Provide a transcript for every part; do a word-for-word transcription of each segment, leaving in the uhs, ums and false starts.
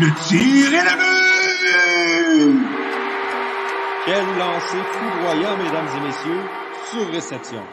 Le tir est le but! Quel lancer foudroyant, mesdames et messieurs, sur réception.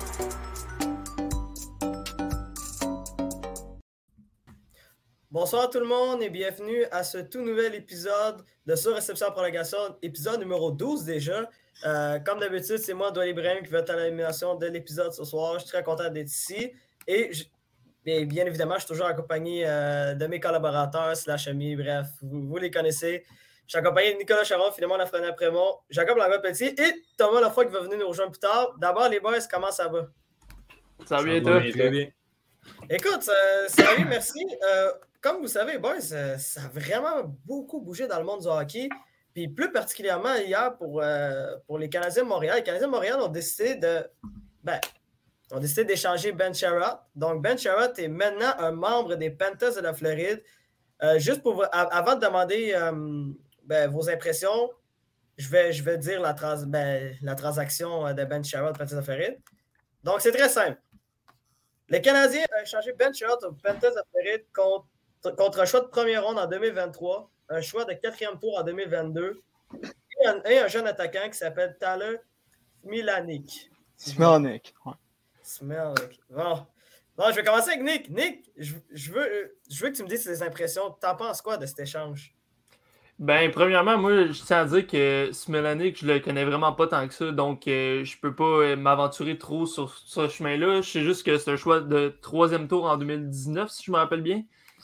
Bonsoir tout le monde et bienvenue à ce tout nouvel épisode de Sur Réception en prolongation, épisode numéro douze déjà. Euh, comme d'habitude, c'est moi, Doual Ibrahim, qui va être à l'animation de l'épisode ce soir. Je suis très content d'être ici. Et, je, et bien évidemment, je suis toujours accompagné euh, de mes collaborateurs, slash amis, bref, vous, vous les connaissez. Je suis accompagné de Nicolas Charon, Philémon Lafrenière-Prémont, Jacob Langlois-Pelletier et Thomas Lafroy qui va venir nous rejoindre plus tard. D'abord, les boys, comment ça va? Ça va bien, toi? Très bien. Écoute, ça, ça va, merci. Euh, Comme vous savez, boys, ça, ça a vraiment beaucoup bougé dans le monde du hockey. Puis plus particulièrement hier pour, euh, pour les Canadiens de Montréal. Les Canadiens de Montréal ont décidé de. Ben, ont décidé d'échanger Ben Sherratt. Donc, Ben Sherratt est maintenant un membre des Panthers de la Floride. Euh, juste pour a, avant de demander euh, ben, vos impressions, je vais, je vais dire la, trans, ben, la transaction de Ben Sherratt aux Panthers de la Floride. Donc, c'est très simple. Les Canadiens ont échangé Ben Sherratt aux Panthers de la Floride contre contre un choix de première ronde en deux mille vingt-trois, un choix de quatrième tour en deux mille vingt-deux et un, et un jeune attaquant qui s'appelle Tyler Smilanic. Smilanic, ouais. Smilanic. Bon. Bon, je vais commencer avec Nick. Nick, je, je, veux, je veux que tu me dises tes impressions. T'en penses quoi de cet échange? Ben, premièrement, moi, je tiens à dire que Smilanic, je le connais vraiment pas tant que ça, donc euh, je peux pas m'aventurer trop sur, sur ce chemin-là. Je sais juste que c'est un choix de troisième tour en deux mille dix-neuf, si je me rappelle bien.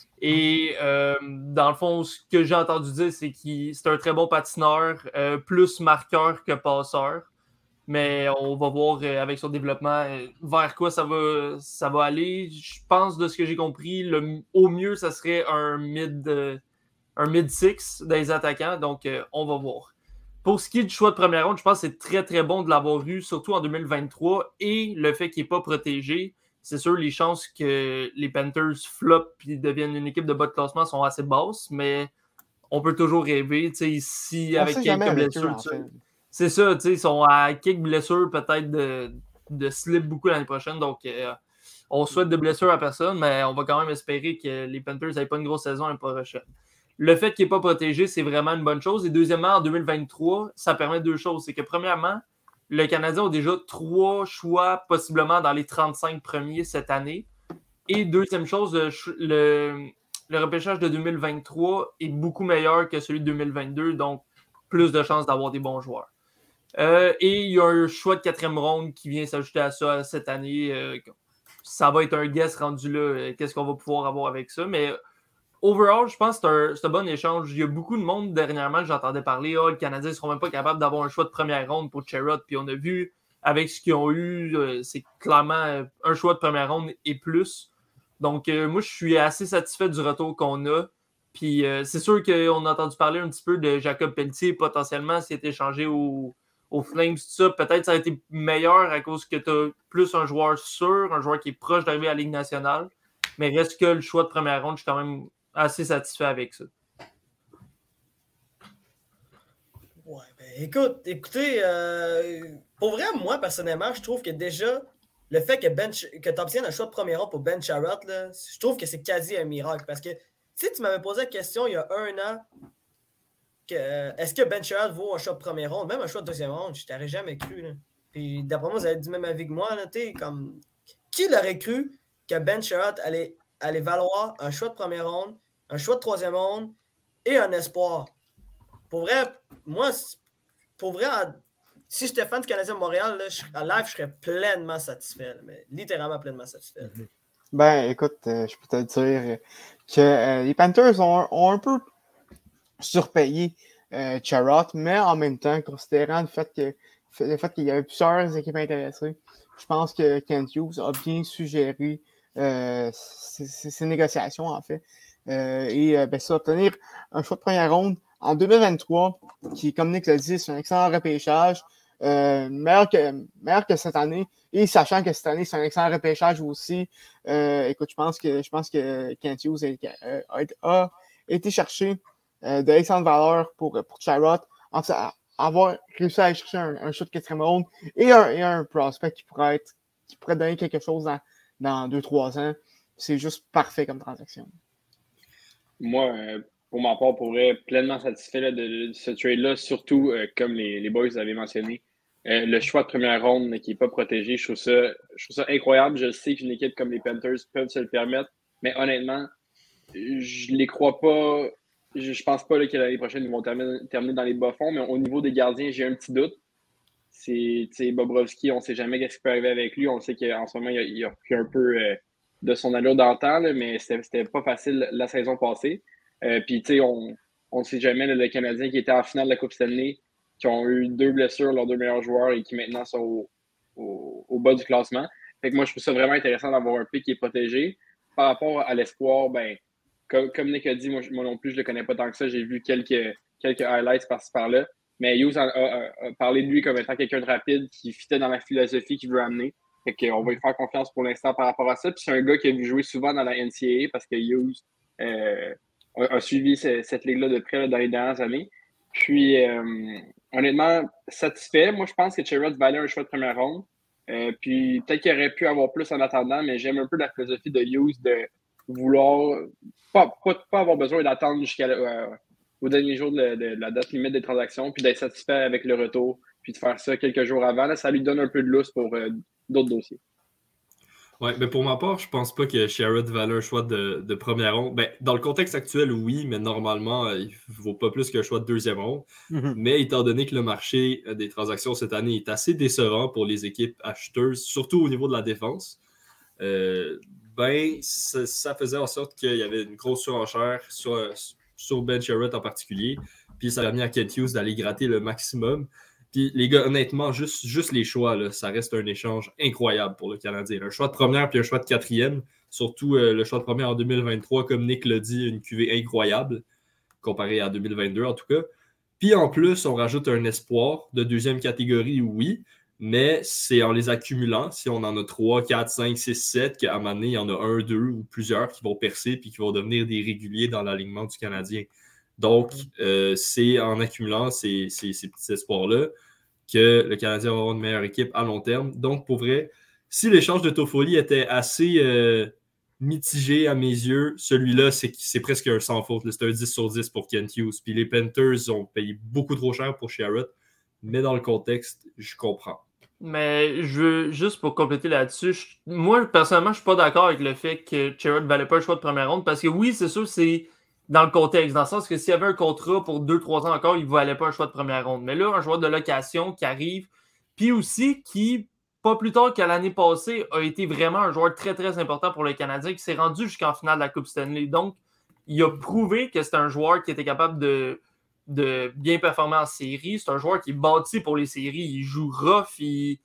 Et euh, dans le fond, ce que j'ai entendu dire, c'est qu'il c'est un très bon patineur, euh, plus marqueur que passeur. Mais on va voir euh, avec son développement euh, vers quoi ça va, ça va aller. Je pense, de ce que j'ai compris, le, au mieux, ça serait un mid, euh, un mid six des attaquants. Donc, euh, on va voir. Pour ce qui est du choix de première ronde, je pense que c'est très, très bon de l'avoir eu, surtout en deux mille vingt-trois. Et le fait qu'il n'est pas protégé, c'est sûr, les chances que les Panthers flopent et deviennent une équipe de bas de classement sont assez basses, mais on peut toujours rêver. Si On avec quelques blessures, eux, en fait. C'est ça, ils sont à quelques blessures peut-être de, de slip beaucoup l'année prochaine. Donc, euh, on souhaite de blessures à personne, mais on va quand même espérer que les Panthers n'aient pas une grosse saison l'année prochaine. Le fait qu'il n'est pas protégé, c'est vraiment une bonne chose. Et deuxièmement, en deux mille vingt-trois, ça permet deux choses. C'est que premièrement, le Canadien a déjà trois choix possiblement dans les trente-cinq premiers cette année. Et deuxième chose, le, le, le repêchage de deux mille vingt-trois est beaucoup meilleur que celui de deux mille vingt-deux, donc plus de chances d'avoir des bons joueurs. Euh, et il y a un choix de quatrième ronde qui vient s'ajouter à ça cette année. Euh, ça va être un guess rendu là. Euh, qu'est-ce qu'on va pouvoir avoir avec ça? Mais overall, je pense que c'est un, c'est un bon échange. Il y a beaucoup de monde dernièrement que j'entendais parler. Oh, les Canadiens ne seront même pas capables d'avoir un choix de première ronde pour Sherratt. Puis on a vu, avec ce qu'ils ont eu, euh, c'est clairement un choix de première ronde et plus. Donc, euh, moi, je suis assez satisfait du retour qu'on a. Puis euh, c'est sûr qu'on a entendu parler un petit peu de Jacob Pelletier, potentiellement, s'il est échangé au, au Flames, tout ça. Peut-être ça a été meilleur à cause que tu as plus un joueur sûr, un joueur qui est proche d'arriver à la Ligue nationale. Mais reste que le choix de première ronde, je suis quand même assez satisfait avec ça. Ouais, ben écoute, écoutez, euh, pour vrai, moi, personnellement, je trouve que déjà, le fait que, ben, que tu obtiennes un choix de première ronde pour Ben Sherratt, là, je trouve que c'est quasi un miracle. Parce que si tu m'avais posé la question il y a un an, que, euh, est-ce que Ben Sherratt vaut un choix de première ronde, même un choix de deuxième ronde, je t'aurais jamais cru. Là. Puis d'après moi, vous avez du même avis que moi. Là, comme... Qui l'aurait cru que Ben Sherratt allait, allait valoir un choix de première ronde, un choix de troisième ronde et un espoir? Pour vrai, moi, pour vrai, si j'étais fan du Canadien de Montréal, là, je, en live, je serais pleinement satisfait. Là, mais littéralement pleinement satisfait. Mm-hmm. Ben, écoute, euh, je peux te dire que euh, les Panthers ont, ont un peu surpayé euh, Sherratt, mais en même temps, considérant le fait, que, le fait qu'il y avait plusieurs équipes intéressées, je pense que Kent Hughes a bien suggéré euh, ces, ces négociations, en fait. Euh, et euh, ben, ça, obtenir un choix de première ronde en deux mille vingt-trois, qui, comme Nick l'a dit, c'est un excellent repêchage, euh, meilleur, que, meilleur que cette année, et sachant que cette année, c'est un excellent repêchage aussi. Euh, écoute, je pense que je pense que Kent Hughes a, a, a été cherché euh, de l'excellente valeur pour, pour Sherratt, en avoir réussi à aller chercher un, un shoot de quatrième ronde et un, et un prospect qui pourrait être qui pourrait donner quelque chose dans, dans deux trois ans. C'est juste parfait comme transaction. Moi, euh, pour ma part, pour vrai, pleinement satisfait là, de, de ce trade-là, surtout euh, comme les, les boys avaient mentionné. Euh, le choix de première ronde qui n'est pas protégé, je trouve, ça, je trouve ça incroyable. Je sais qu'une équipe comme les Panthers peuvent se le permettre, mais honnêtement, je les crois pas. Je, je pense pas là, que l'année prochaine, ils vont terminer, terminer dans les bas-fonds, mais au niveau des gardiens, j'ai un petit doute. C'est Bobrovski, on ne sait jamais ce qui peut arriver avec lui. On sait qu'en ce moment, il a, il a pris un peu euh, de son allure d'antan, mais c'était pas facile la saison passée. Euh, Puis, tu sais, on ne sait jamais là, le Canadien qui était en finale de la Coupe Stanley, qui ont eu deux blessures, leurs deux meilleurs joueurs, et qui maintenant sont au, au, au bas du classement. Fait que moi, je trouve ça vraiment intéressant d'avoir un pic qui est protégé. Par rapport à l'espoir, ben, comme, comme Nick a dit, moi, moi non plus, je ne le connais pas tant que ça. J'ai vu quelques, quelques highlights par-ci par-là. Mais Hughes a, a, a parlé de lui comme étant quelqu'un de rapide qui fitait dans la philosophie qu'il veut amener. Fait qu'on va lui faire confiance pour l'instant par rapport à ça. Puis c'est un gars qui a vu jouer souvent dans la N C A A parce que Hughes euh, a, a suivi ce, cette ligue-là de près là, dans les dernières années. Puis, euh, honnêtement, satisfait. Moi, je pense que Chariot valait un choix de première ronde. Euh, puis peut-être qu'il aurait pu avoir plus en attendant, mais j'aime un peu la philosophie de Hughes de vouloir pas, pas, pas avoir besoin d'attendre jusqu'à euh, au dernier jour de la, de la date limite des transactions, puis d'être satisfait avec le retour, puis de faire ça quelques jours avant. Là, ça lui donne un peu de lousse pour euh, d'autres dossiers. Oui, mais pour ma part, je pense pas que Sherrod valait un choix de, de première ronde. Ben, dans le contexte actuel, oui, mais normalement, il ne vaut pas plus qu'un choix de deuxième ronde. Mm-hmm. Mais étant donné que le marché des transactions cette année est assez décevant pour les équipes acheteuses, surtout au niveau de la défense, euh, ben, ça, ça faisait en sorte qu'il y avait une grosse surenchère sur, sur Ben Sherrod en particulier. Puis ça a permis à Kent Hughes d'aller gratter le maximum. Puis les gars, honnêtement, juste, juste les choix, là, ça reste un échange incroyable pour le Canadien. Un choix de première puis un choix de quatrième. Surtout euh, le choix de première en deux mille vingt-trois, comme Nick l'a dit, une cuvée incroyable, comparé à deux mille vingt-deux en tout cas. Puis en plus, on rajoute un espoir de deuxième catégorie, oui, mais c'est en les accumulant. Si on en a trois, quatre, cinq, six, sept, qu'à un moment donné, il y en a un, deux ou plusieurs qui vont percer puis qui vont devenir des réguliers dans l'alignement du Canadien. Donc, euh, c'est en accumulant ces, ces, ces petits espoirs-là que le Canadien va avoir une meilleure équipe à long terme. Donc, pour vrai, si l'échange de Toffoli était assez euh, mitigé à mes yeux, celui-là, c'est, c'est presque un sans faute. C'est un dix sur dix pour Kent Hughes. Puis les Panthers ont payé beaucoup trop cher pour Sherrod, mais dans le contexte, je comprends. Mais je veux, juste pour compléter là-dessus, je, moi, personnellement, je ne suis pas d'accord avec le fait que Sherrod ne valait pas le choix de première ronde, parce que oui, c'est sûr, c'est dans le contexte, dans le sens que s'il y avait un contrat pour deux trois ans encore, il ne valait pas un choix de première ronde. Mais là, un joueur de location qui arrive, puis aussi qui, pas plus tard qu'à l'année passée, a été vraiment un joueur très, très important pour le Canadien, qui s'est rendu jusqu'en finale de la Coupe Stanley. Donc, il a prouvé que c'est un joueur qui était capable de, de bien performer en série. C'est un joueur qui est bâti pour les séries. Il joue rough, il,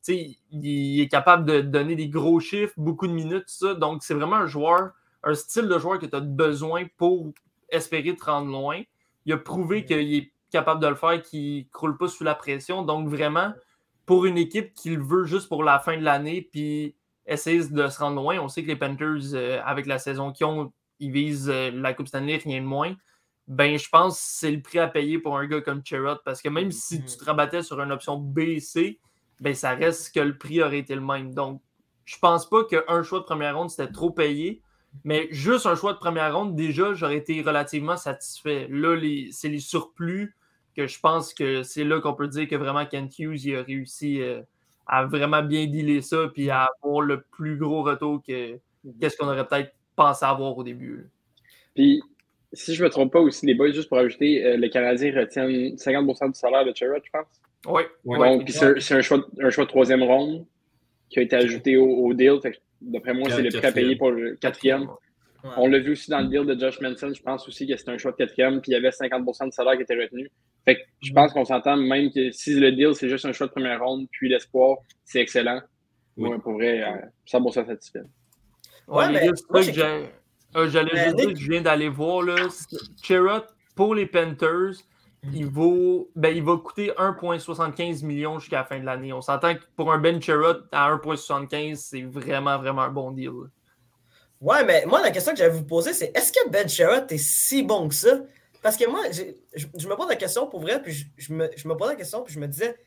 il est capable de donner des gros chiffres, beaucoup de minutes, tout ça. Donc, c'est vraiment un joueur... un style de joueur que tu as besoin pour espérer te rendre loin. Il a prouvé qu'il est capable de le faire, qu'il ne croule pas sous la pression. Donc, vraiment, pour une équipe qui le veut juste pour la fin de l'année puis essayer de se rendre loin, on sait que les Panthers, euh, avec la saison qu'ils ont, ils visent euh, la Coupe Stanley, rien de moins. Ben, je pense que c'est le prix à payer pour un gars comme Sherrod, parce que même si tu te rabattais sur une option B C, ben, ça reste que le prix aurait été le même. Donc, je pense pas qu'un choix de première ronde, c'était trop payé. Mais juste un choix de première ronde, déjà, j'aurais été relativement satisfait. Là, les, c'est les surplus que je pense que c'est là qu'on peut dire que vraiment Kent Hughes il a réussi euh, à vraiment bien dealer ça puis à avoir le plus gros retour que qu'est-ce qu'on aurait peut-être pensé avoir au début. Là. Puis, si je ne me trompe pas aussi, les boys, juste pour ajouter, euh, les Canadiens retiennent cinquante pour cent du salaire de Sherrod, je pense. Oui. Donc, ouais, puis c'est, c'est un, choix, un choix de troisième ronde qui a été ajouté au, au deal. Fait que, d'après moi, c'est le prix à payer pour le quatrième. Ouais. On l'a vu aussi dans le deal de Josh Manson. Je pense aussi que c'était un choix de quatrième, puis il y avait cinquante pour cent de salaire qui était retenu. Fait que je pense qu'on s'entend même que si le deal, c'est juste un choix de première ronde, puis l'espoir, c'est excellent. Oui. Ouais, pour vrai, euh, cent pour cent satisfait. Ouais, ouais mais moi, que j'ai... euh, j'allais mais juste dire que je viens d'aller voir, là, Sherrod, pour les Panthers, il vaut, ben, il va coûter un virgule soixante-quinze millions jusqu'à la fin de l'année. On s'entend que pour un Ben Sherrod à un virgule soixante-quinze, c'est vraiment, vraiment un bon deal. Ouais, mais moi, la question que j'allais vous poser, c'est est-ce que Ben Sherrod est si bon que ça? Parce que moi, je, je me pose la question pour vrai, puis je, je, me, je me pose la question, puis je me disais,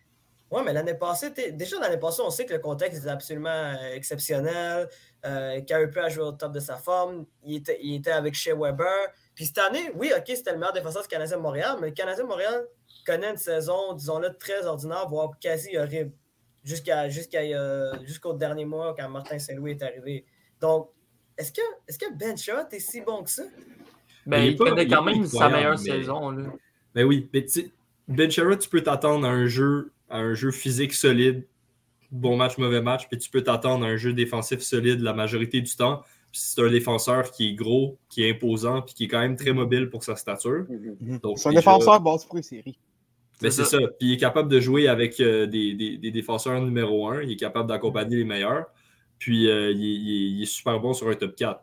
Ouais, mais l'année passée, t'es- déjà l'année passée, on sait que le contexte est absolument euh, exceptionnel. Euh, Carey Price a joué au top de sa forme. Il était, il était avec Shea Weber. Puis cette année, oui, OK, c'était le meilleur défenseur du Canadien de Montréal, mais le Canadien de Montréal connaît une saison, disons-le, très ordinaire, voire quasi horrible, jusqu'à, jusqu'à, euh, jusqu'au dernier mois quand Martin Saint-Louis est arrivé. Donc, est-ce que, est-ce que Ben Sherratt est si bon que ça? Ben, il est il pas- connaît il est quand pas même sa incroyable, meilleure mais- saison. Là. Ben oui, mais tu sais, Ben Sherratt, tu peux t'attendre à un jeu, à un jeu physique solide, bon match, mauvais match, puis tu peux t'attendre à un jeu défensif solide la majorité du temps. Puis c'est un défenseur qui est gros, qui est imposant, puis qui est quand même très mobile pour sa stature. Mhm. Donc, C'est un déjà- défenseur base pour les séries. Ben, C'est c'est ça. ça. Puis il est capable de jouer avec euh, des, des- des défenseurs numéro un. Il est capable d'accompagner les meilleurs. Puis euh, il, est, il est- il est super bon sur un top quatre.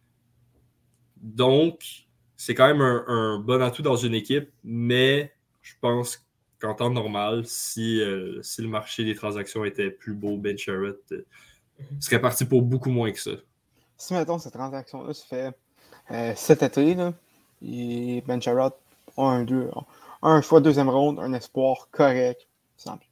Donc, c'est quand même un, un bon atout dans une équipe, mais je pense qu'en temps normal, si, euh, si le marché des transactions était plus beau, Ben Sherratt euh, serait parti pour beaucoup moins que ça. Si, mettons, cette transaction-là se fait euh, cet été, là, et Ben Sherratt a un, deux, un choix de deuxième ronde, un espoir correct, simple.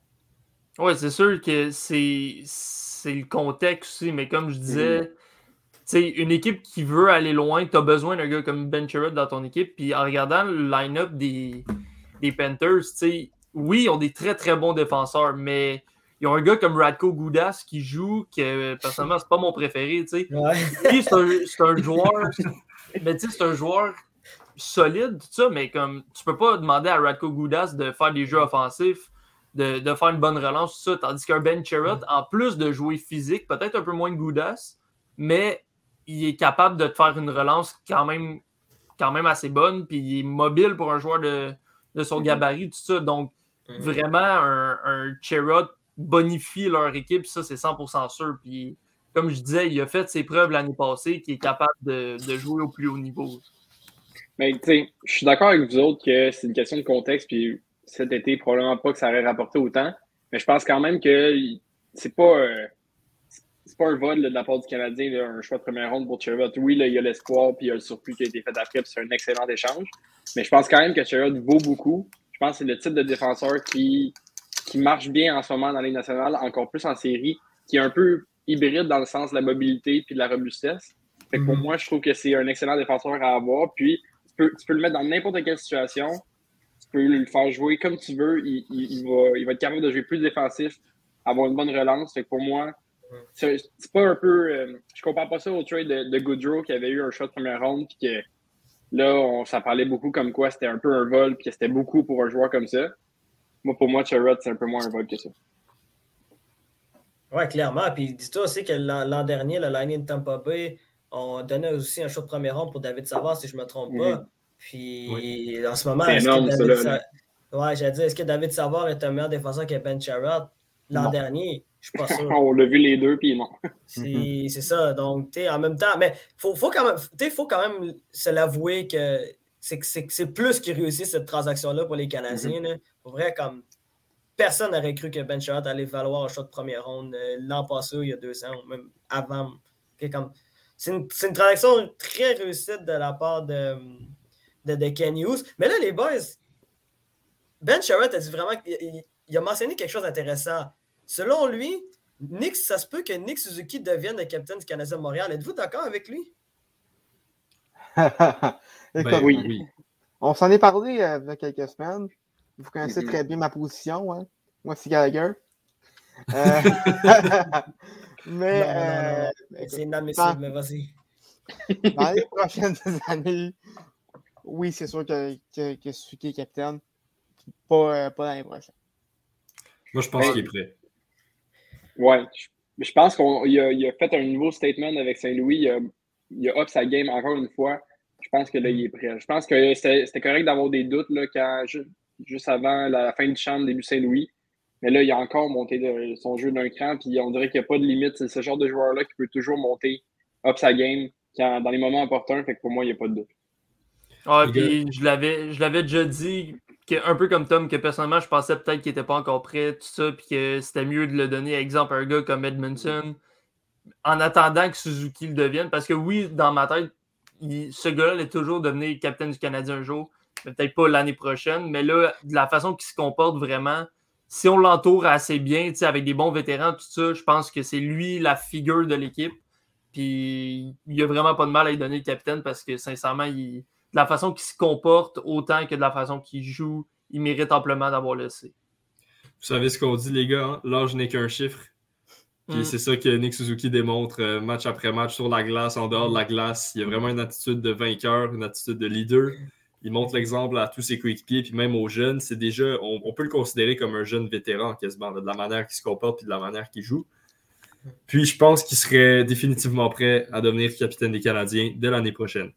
Oui, c'est sûr que c'est, c'est le contexte aussi, mais comme je disais, Mhm. tu sais, une équipe qui veut aller loin, tu as besoin d'un gars comme Ben Sherratt dans ton équipe. Puis en regardant le line-up des, des Panthers, tu sais, oui, ils ont des très très bons défenseurs, mais ils ont un gars comme Radko Gudas qui joue, que personnellement, c'est pas mon préféré, tu sais. Ouais. Lui, c'est un, c'est un joueur, mais tu sais, c'est un joueur solide, tout ça, mais comme tu peux pas demander à Radko Gudas de faire des jeux offensifs, de, de faire une bonne relance, tout ça, tandis qu'un Ben Sherratt, en plus de jouer physique, peut-être un peu moins que Gudas, mais il est capable de te faire une relance quand même, quand même assez bonne, puis il est mobile pour un joueur de, de son gabarit, tout ça. Donc, Mhm. vraiment, un, un Sherratt bonifie leur équipe, ça, c'est cent pour cent sûr. Puis, comme je disais, il a fait ses preuves l'année passée qu'il est capable de, de jouer au plus haut niveau. Mais tu sais, je suis d'accord avec vous autres que c'est une question de contexte, puis cet été, probablement pas que ça aurait rapporté autant. Mais je pense quand même que c'est pas, euh, c'est pas un vol là, de la part du Canadien, là, un choix de première ronde pour Sherratt. Oui, là, il y a l'espoir, puis il y a le surplus qui a été fait après, puis c'est un excellent échange. Mais je pense quand même que Sherratt vaut beaucoup. Je pense que c'est le type de défenseur qui, qui marche bien en ce moment dans la Ligue nationale, encore plus en série, qui est un peu hybride dans le sens de la mobilité puis de la robustesse. Fait que pour Mhm. moi, je trouve que c'est un excellent défenseur à avoir. Puis, tu peux, tu peux le mettre dans n'importe quelle situation. Tu peux le faire jouer comme tu veux. Il, il, il va, il va être capable de jouer plus défensif, avoir une bonne relance. Fait que pour moi, c'est, c'est pas un peu... euh, je compare pas ça au trade de, de Goodrow qui avait eu un shot de première ronde puis que là, on, ça parlait beaucoup comme quoi c'était un peu un vol puis que c'était beaucoup pour un joueur comme ça. Moi, pour moi, Sherratt, c'est un peu moins un vol que ça. Oui, clairement. Puis dis-toi aussi que l'an, l'an dernier, le Lightning de Tampa Bay, on donnait aussi un choix de première ronde pour David Savard, si je ne me trompe pas. Mhm. Puis Oui. en ce moment, C'est est-ce énorme, que ça, David là, Sa- là. Ouais, j'allais dire, est-ce que David Savard est un meilleur défenseur que Ben Sherratt l'an Non. dernier? Je suis pas sûr. On l'a vu les deux, puis non. C'est, c'est ça. Donc, tu sais, en même temps, mais faut, faut quand même, tu sais, faut quand même se l'avouer que c'est, c'est, c'est plus qui réussit cette transaction-là pour les Canadiens. là. Pour vrai, comme personne n'aurait cru que Ben Sherratt allait valoir un choix de première ronde euh, l'an passé, il y a deux ans, ou même avant. Okay, comme, c'est, une, c'est une transaction très réussie de la part de, de, de Ken Hughes. Mais là, les boys, Ben Sherratt a dit vraiment qu'il il a mentionné quelque chose d'intéressant. Selon lui, Nick, ça se peut que Nick Suzuki devienne le capitaine du Canadien de Montréal. Êtes-vous d'accord avec lui? Écoute, Ben oui. oui. on s'en est parlé euh, il y a quelques semaines. Vous connaissez Mhm. très bien ma position, hein? Moi, c'est Gallagher. Euh, mais Non, non, non, euh, non. écoute, C'est inadmissible, mais vas-y. dans les prochaines années, oui, c'est sûr que, que, que Suzuki est capitaine. Pas, euh, pas l'année prochaine. Moi, je pense Ben, qu'il est prêt. Ouais. Je, je pense qu'il a, il a fait un nouveau statement avec Saint-Louis. Il a, il a up sa game encore une fois. Je pense que là, il est prêt. Je pense que c'était, c'était correct d'avoir des doutes là, quand, ju- juste avant la fin du champ, début Saint-Louis. Mais là, il a encore monté de, son jeu d'un cran. Puis on dirait qu'il n'y a pas de limite. C'est ce genre de joueur-là qui peut toujours monter up sa game quand, dans les moments opportuns. Fait que pour moi, il n'y a pas de doute. Ouais, Les puis je l'avais, je l'avais déjà dit, que, un peu comme Tom, que personnellement, je pensais peut-être qu'il n'était pas encore prêt, tout ça, puis que c'était mieux de le donner, exemple, à un gars comme Edmondson, en attendant que Suzuki le devienne. Parce que oui, dans ma tête, il- ce gars-là est toujours devenir capitaine du Canadien un jour, mais peut-être pas l'année prochaine. Mais là, de la façon qu'il se comporte vraiment, si on l'entoure assez bien, avec des bons vétérans, tout ça, je pense que c'est lui la figure de l'équipe. Puis il n'y a vraiment pas de mal à lui donner le capitaine parce que sincèrement, il, de la façon qu'il se comporte autant que de la façon qu'il joue, il mérite amplement d'avoir le C. Vous savez ce qu'on dit, les gars, hein? L'âge n'est qu'un chiffre. Puis mm. c'est ça que Nick Suzuki démontre euh, match après match sur la glace, en dehors de la glace. Il a vraiment une attitude de vainqueur, une attitude de leader. Il montre l'exemple à tous ses coéquipiers, puis même aux jeunes. C'est déjà, on, on peut le considérer comme un jeune vétéran quasiment, là, de la manière qu'il se comporte et de la manière qu'il joue. Puis je pense qu'il serait définitivement prêt à devenir capitaine des Canadiens dès l'année prochaine.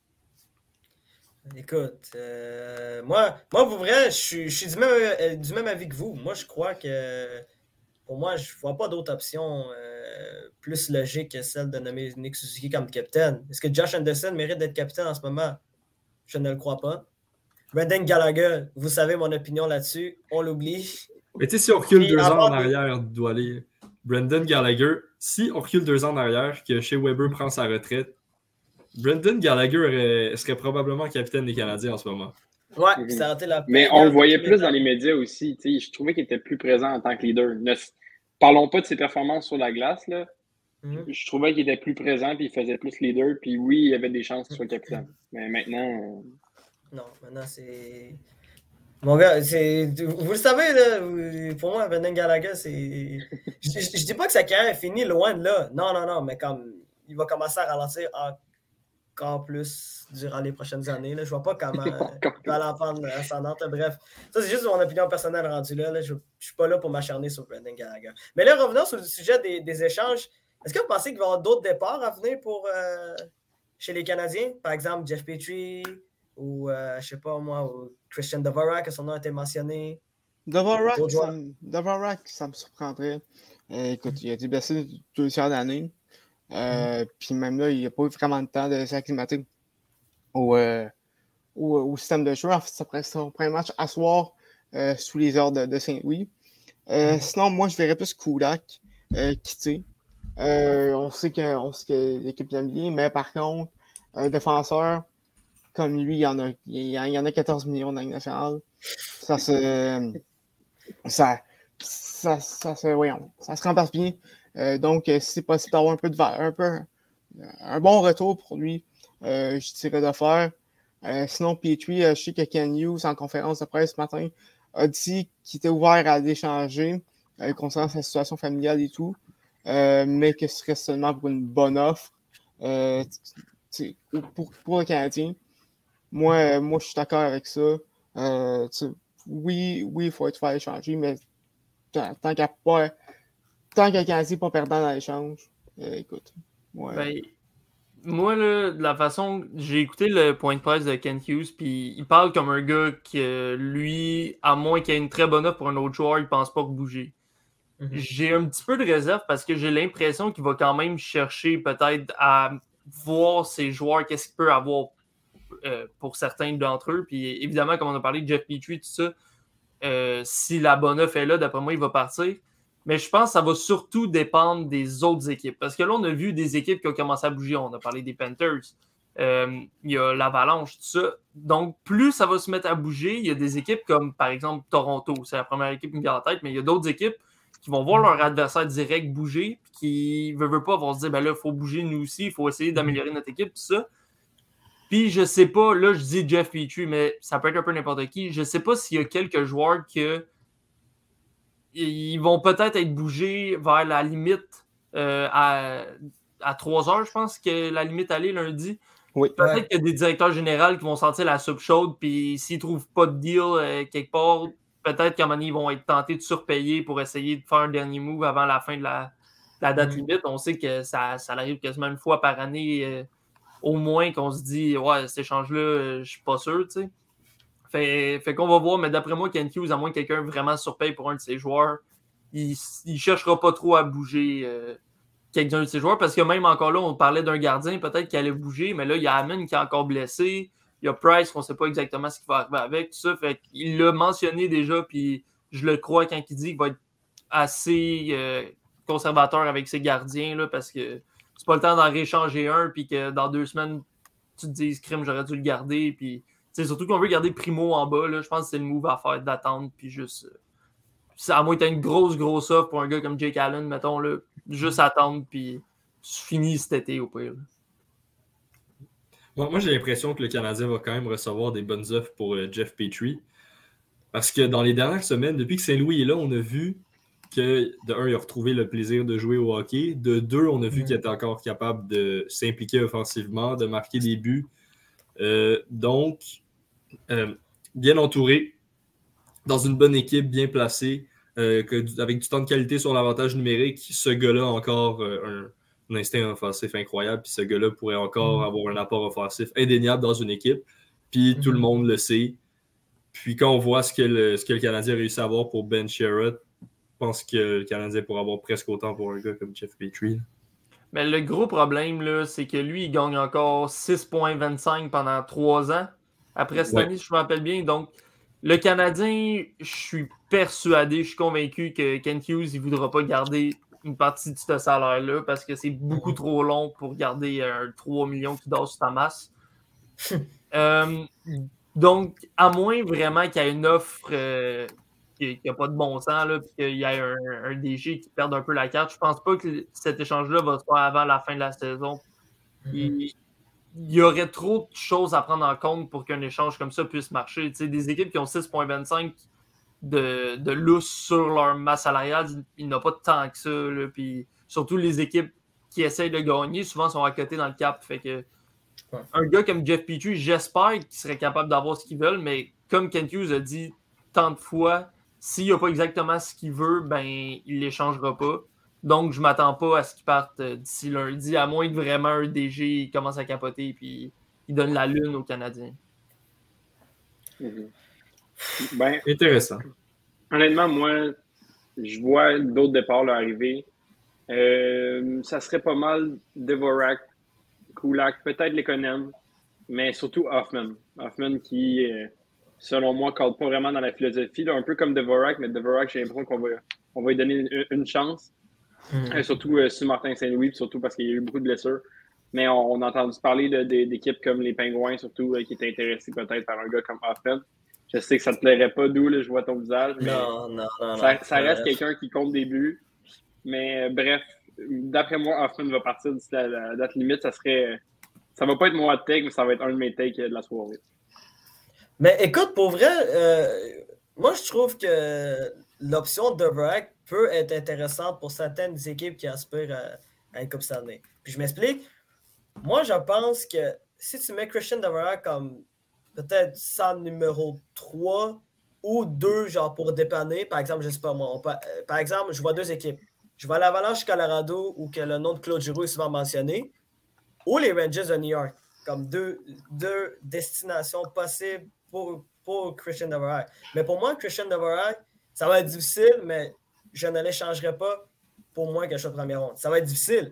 Écoute, euh, moi, moi, pour vrai, je suis, je suis du, même, du même avis que vous. Moi, je crois que, pour moi, je ne vois pas d'autre option euh, plus logique que celle de nommer Nick Suzuki comme capitaine. Est-ce que Josh Anderson mérite d'être capitaine en ce moment? Je ne le crois pas. Brendan Gallagher, vous savez mon opinion là-dessus. On l'oublie. Mais tu sais, si on recule Puis, deux ans en arrière, doit aller. Brendan Gallagher, si on recule deux ans en arrière, que Shea Weber prend sa retraite, Brendan Gallagher est, serait probablement capitaine des Canadiens en ce moment. Ouais, mm-hmm. ça a été la Mais on le voyait plus dans les médias aussi. Je trouvais qu'il était plus présent en tant que leader. Ne parlons pas de ses performances sur la glace. Là. Mm-hmm. Je trouvais qu'il était plus présent et il faisait plus leader. Puis oui, il y avait des chances qu'il soit capitaine. Mais maintenant. Euh... Non, maintenant c'est. Mon gars, c'est. Vous le savez, là, pour moi, Brendan Gallagher, c'est. Je, je, je dis pas que sa carrière est finie, loin de là. Non, non, non, mais comme il va commencer à ralentir encore plus durant les prochaines années. Là. Je vois pas comment il va aller en prendre ascendante. Bref, ça, c'est juste mon opinion personnelle rendue là. là. Je ne suis pas là pour m'acharner sur Brendan Gallagher. Mais là, revenons sur le sujet des, des échanges. Est-ce que vous pensez qu'il va y avoir d'autres départs à venir pour euh, chez les Canadiens? Par exemple, Jeff Petrie ou, euh, je sais pas moi, ou Christian Dvorak, que son nom a été mentionné. Dvorak, ça, Dvorak, ça me surprendrait. Euh, écoute, il a été blessé deux tiers d'année. Euh, mm. Puis même là, il n'a pas eu vraiment de temps de s'acclimater au, euh, au, au système de jeu. En fait, ça pourrait être son premier match à soir euh, sous les ordres de, de Saint-Louis. Euh, mm. Sinon, moi, je verrais plus Kulak euh, quitter. Euh, on sait que, on sait que l'équipe l'aime bien, mais par contre, un défenseur comme lui, il y en a, il y en a quatorze millions dans la Ligue nationale. Ça se. Ça, ça, ça, ça, voyons, ça se remplace bien. Euh, donc, si c'est possible d'avoir un peu de un peu un bon retour pour lui, euh, je dirais de faire. Euh, sinon, Petrie, euh, je sais que Ken Hughes, en conférence de presse ce matin, a dit qu'il était ouvert à l'échanger euh, concernant sa situation familiale et tout, euh, mais que ce serait seulement pour une bonne offre euh, pour, pour le Canadien. Moi, euh, moi, je suis d'accord avec ça. Euh, oui, oui, il faut être fait échanger, mais tant, tant qu'il n'y a pas. Tant que le Canadien n'est pas perdant dans l'échange, euh, écoute. Ouais. Ben, moi, là, de la façon. J'ai écouté le point de presse de Ken Hughes, puis il parle comme un gars que lui, à moins qu'il ait une très bonne offre pour un autre joueur, il ne pense pas bouger. Mm-hmm. J'ai un petit peu de réserve parce que j'ai l'impression qu'il va quand même chercher peut-être à voir ses joueurs, qu'est-ce qu'il peut avoir euh, pour certains d'entre eux. Puis évidemment, comme on a parlé de Jeff Petrie, tout ça, euh, si la bonne offre est là, d'après moi, il va partir. Mais je pense que ça va surtout dépendre des autres équipes. Parce que là, on a vu des équipes qui ont commencé à bouger. On a parlé des Panthers. Euh, il y a l'Avalanche, tout ça. Donc, plus ça va se mettre à bouger, il y a des équipes comme, par exemple, Toronto. C'est la première équipe qui me vient en tête. Mais il y a d'autres équipes qui vont voir leur adversaire direct bouger, puis qui ne veulent pas, vont se dire, ben là, il faut bouger nous aussi. Il faut essayer d'améliorer notre équipe, tout ça. Puis, je sais pas, là, je dis Jeff Petrie, mais ça peut être un peu n'importe qui. Je sais pas s'il y a quelques joueurs que ils vont peut-être être bougés vers la limite euh, à, à trois heures, je pense que la limite allait lundi. Oui. Peut-être ouais. qu'il y a des directeurs généraux qui vont sentir la soupe chaude, puis s'ils ne trouvent pas de deal euh, quelque part, peut-être qu'à un moment donné, ils vont être tentés de surpayer pour essayer de faire un dernier move avant la fin de la, la date mm. limite. On sait que ça, ça arrive quasiment une fois par année, euh, au moins qu'on se dit « Ouais, cet échange-là, euh, je ne suis pas sûr. » tu sais. Fait, fait qu'on va voir, mais d'après moi, Ken Hughes, à moins que quelqu'un vraiment surpaye pour un de ses joueurs, il ne cherchera pas trop à bouger euh, quelqu'un de ses joueurs, parce que même encore là, on parlait d'un gardien, peut-être qu'il allait bouger, mais là, il y a Hammond qui est encore blessé, il y a Price qu'on ne sait pas exactement ce qui va arriver avec, tout ça, fait qu'il l'a mentionné déjà, puis je le crois quand il dit qu'il va être assez euh, conservateur avec ses gardiens, là, parce que c'est pas le temps d'en rééchanger un, puis que dans deux semaines, tu te dises, crime, j'aurais dû le garder, puis c'est surtout qu'on veut garder Primo en bas, là, je pense que c'est le move à faire d'attendre, puis juste, à moins que tu aies une grosse, grosse offre pour un gars comme Jake Allen, mettons, là, juste attendre, puis tu finis cet été au pire. Moi, moi j'ai l'impression que le Canadien va quand même recevoir des bonnes offres pour euh, Jeff Petrie. Parce que dans les dernières semaines, depuis que Saint-Louis est là, on a vu que, de un, il a retrouvé le plaisir de jouer au hockey. De deux, on a vu qu'il était encore capable de s'impliquer offensivement, de marquer des buts. Euh, donc, euh, bien entouré, dans une bonne équipe, bien placée, euh, que, avec du temps de qualité sur l'avantage numérique, ce gars-là a encore euh, un, un instinct offensif incroyable. Puis ce gars-là pourrait encore avoir un apport offensif indéniable dans une équipe. Puis mm-hmm. tout le monde le sait. Puis quand on voit ce que le, ce que le Canadien a réussi à avoir pour Ben Sherratt, je pense que le Canadien pourrait avoir presque autant pour un gars comme Jeff Petrie. Mais le gros problème, là, c'est que lui, il gagne encore six virgule vingt-cinq pendant trois ans. Après cette ouais. année, si je me rappelle bien. Donc, le Canadien, je suis persuadé, je suis convaincu que Kent Hughes, il ne voudra pas garder une partie de ce salaire-là parce que c'est beaucoup trop long pour garder un trois millions qui dort sur ta masse. euh, donc, à moins vraiment qu'il y ait une offre euh, qui n'a pas de bon sens, là, puis qu'il y ait un, un D G qui perde un peu la carte, je pense pas que cet échange-là va se faire avant la fin de la saison. Il, il y aurait trop de choses à prendre en compte pour qu'un échange comme ça puisse marcher. Tu sais, des équipes qui ont six virgule vingt-cinq de, de lousse sur leur masse salariale, il n'y en a pas tant que ça. Là, puis surtout les équipes qui essayent de gagner, souvent sont à côté dans le cap. Fait que ouais. Un gars comme Jeff Petrie, j'espère qu'il serait capable d'avoir ce qu'ils veulent, mais comme Kent Hughes a dit tant de fois, s'il n'a pas exactement ce qu'il veut, ben il ne l'échangera pas. Donc, je ne m'attends pas à ce qu'il parte d'ici lundi, à moins que vraiment un D G commence à capoter et il donne la lune aux Canadiens. Mm-hmm. Ben, intéressant. Honnêtement, moi, je vois d'autres départs là, arriver. Euh, ça serait pas mal Dvorak, Kulak, peut-être Lekonen, mais surtout Hoffman. Hoffman qui, euh, selon moi, ne cadre pas vraiment dans la philosophie. Là, un peu comme Dvorak, mais Dvorak, j'ai l'impression qu'on va, on va lui donner une, une chance. Mmh. Euh, surtout euh, sur Martin Saint-Louis, surtout parce qu'il y a eu beaucoup de blessures. Mais on, on a entendu parler de, de, d'équipes comme les Pingouins, surtout, euh, qui étaient intéressés peut-être par un gars comme Hoffman. Je sais que ça ne te plairait pas, d'où je vois ton visage, mais non, non, non, ça, non, ça reste quelqu'un qui compte des buts. Mais euh, bref, d'après moi, Hoffman va partir d'ici la, la date limite. Ça serait, ça va pas être mon hot take, mais ça va être un de mes takes de la soirée. Mais écoute, pour vrai, euh, moi je trouve que l'option de Dvorak peut être intéressante pour certaines équipes qui aspirent à, à une Coupe Stanley. Puis je m'explique. Moi, je pense que si tu mets Christian Dvorak comme peut-être sans numéro trois ou deux, genre pour dépanner, par exemple, je sais pas moi, peut, euh, par exemple, je vois deux équipes. Je vois l'Avalanche Colorado où que le nom de Claude Giroux est souvent mentionné, ou les Rangers de New York, comme deux, deux destinations possibles pour, pour Christian Dvorak. Mais pour moi, Christian Dvorak, ça va être difficile, mais je ne l'échangerai pas pour moins que je sois première ronde. Ça va être difficile.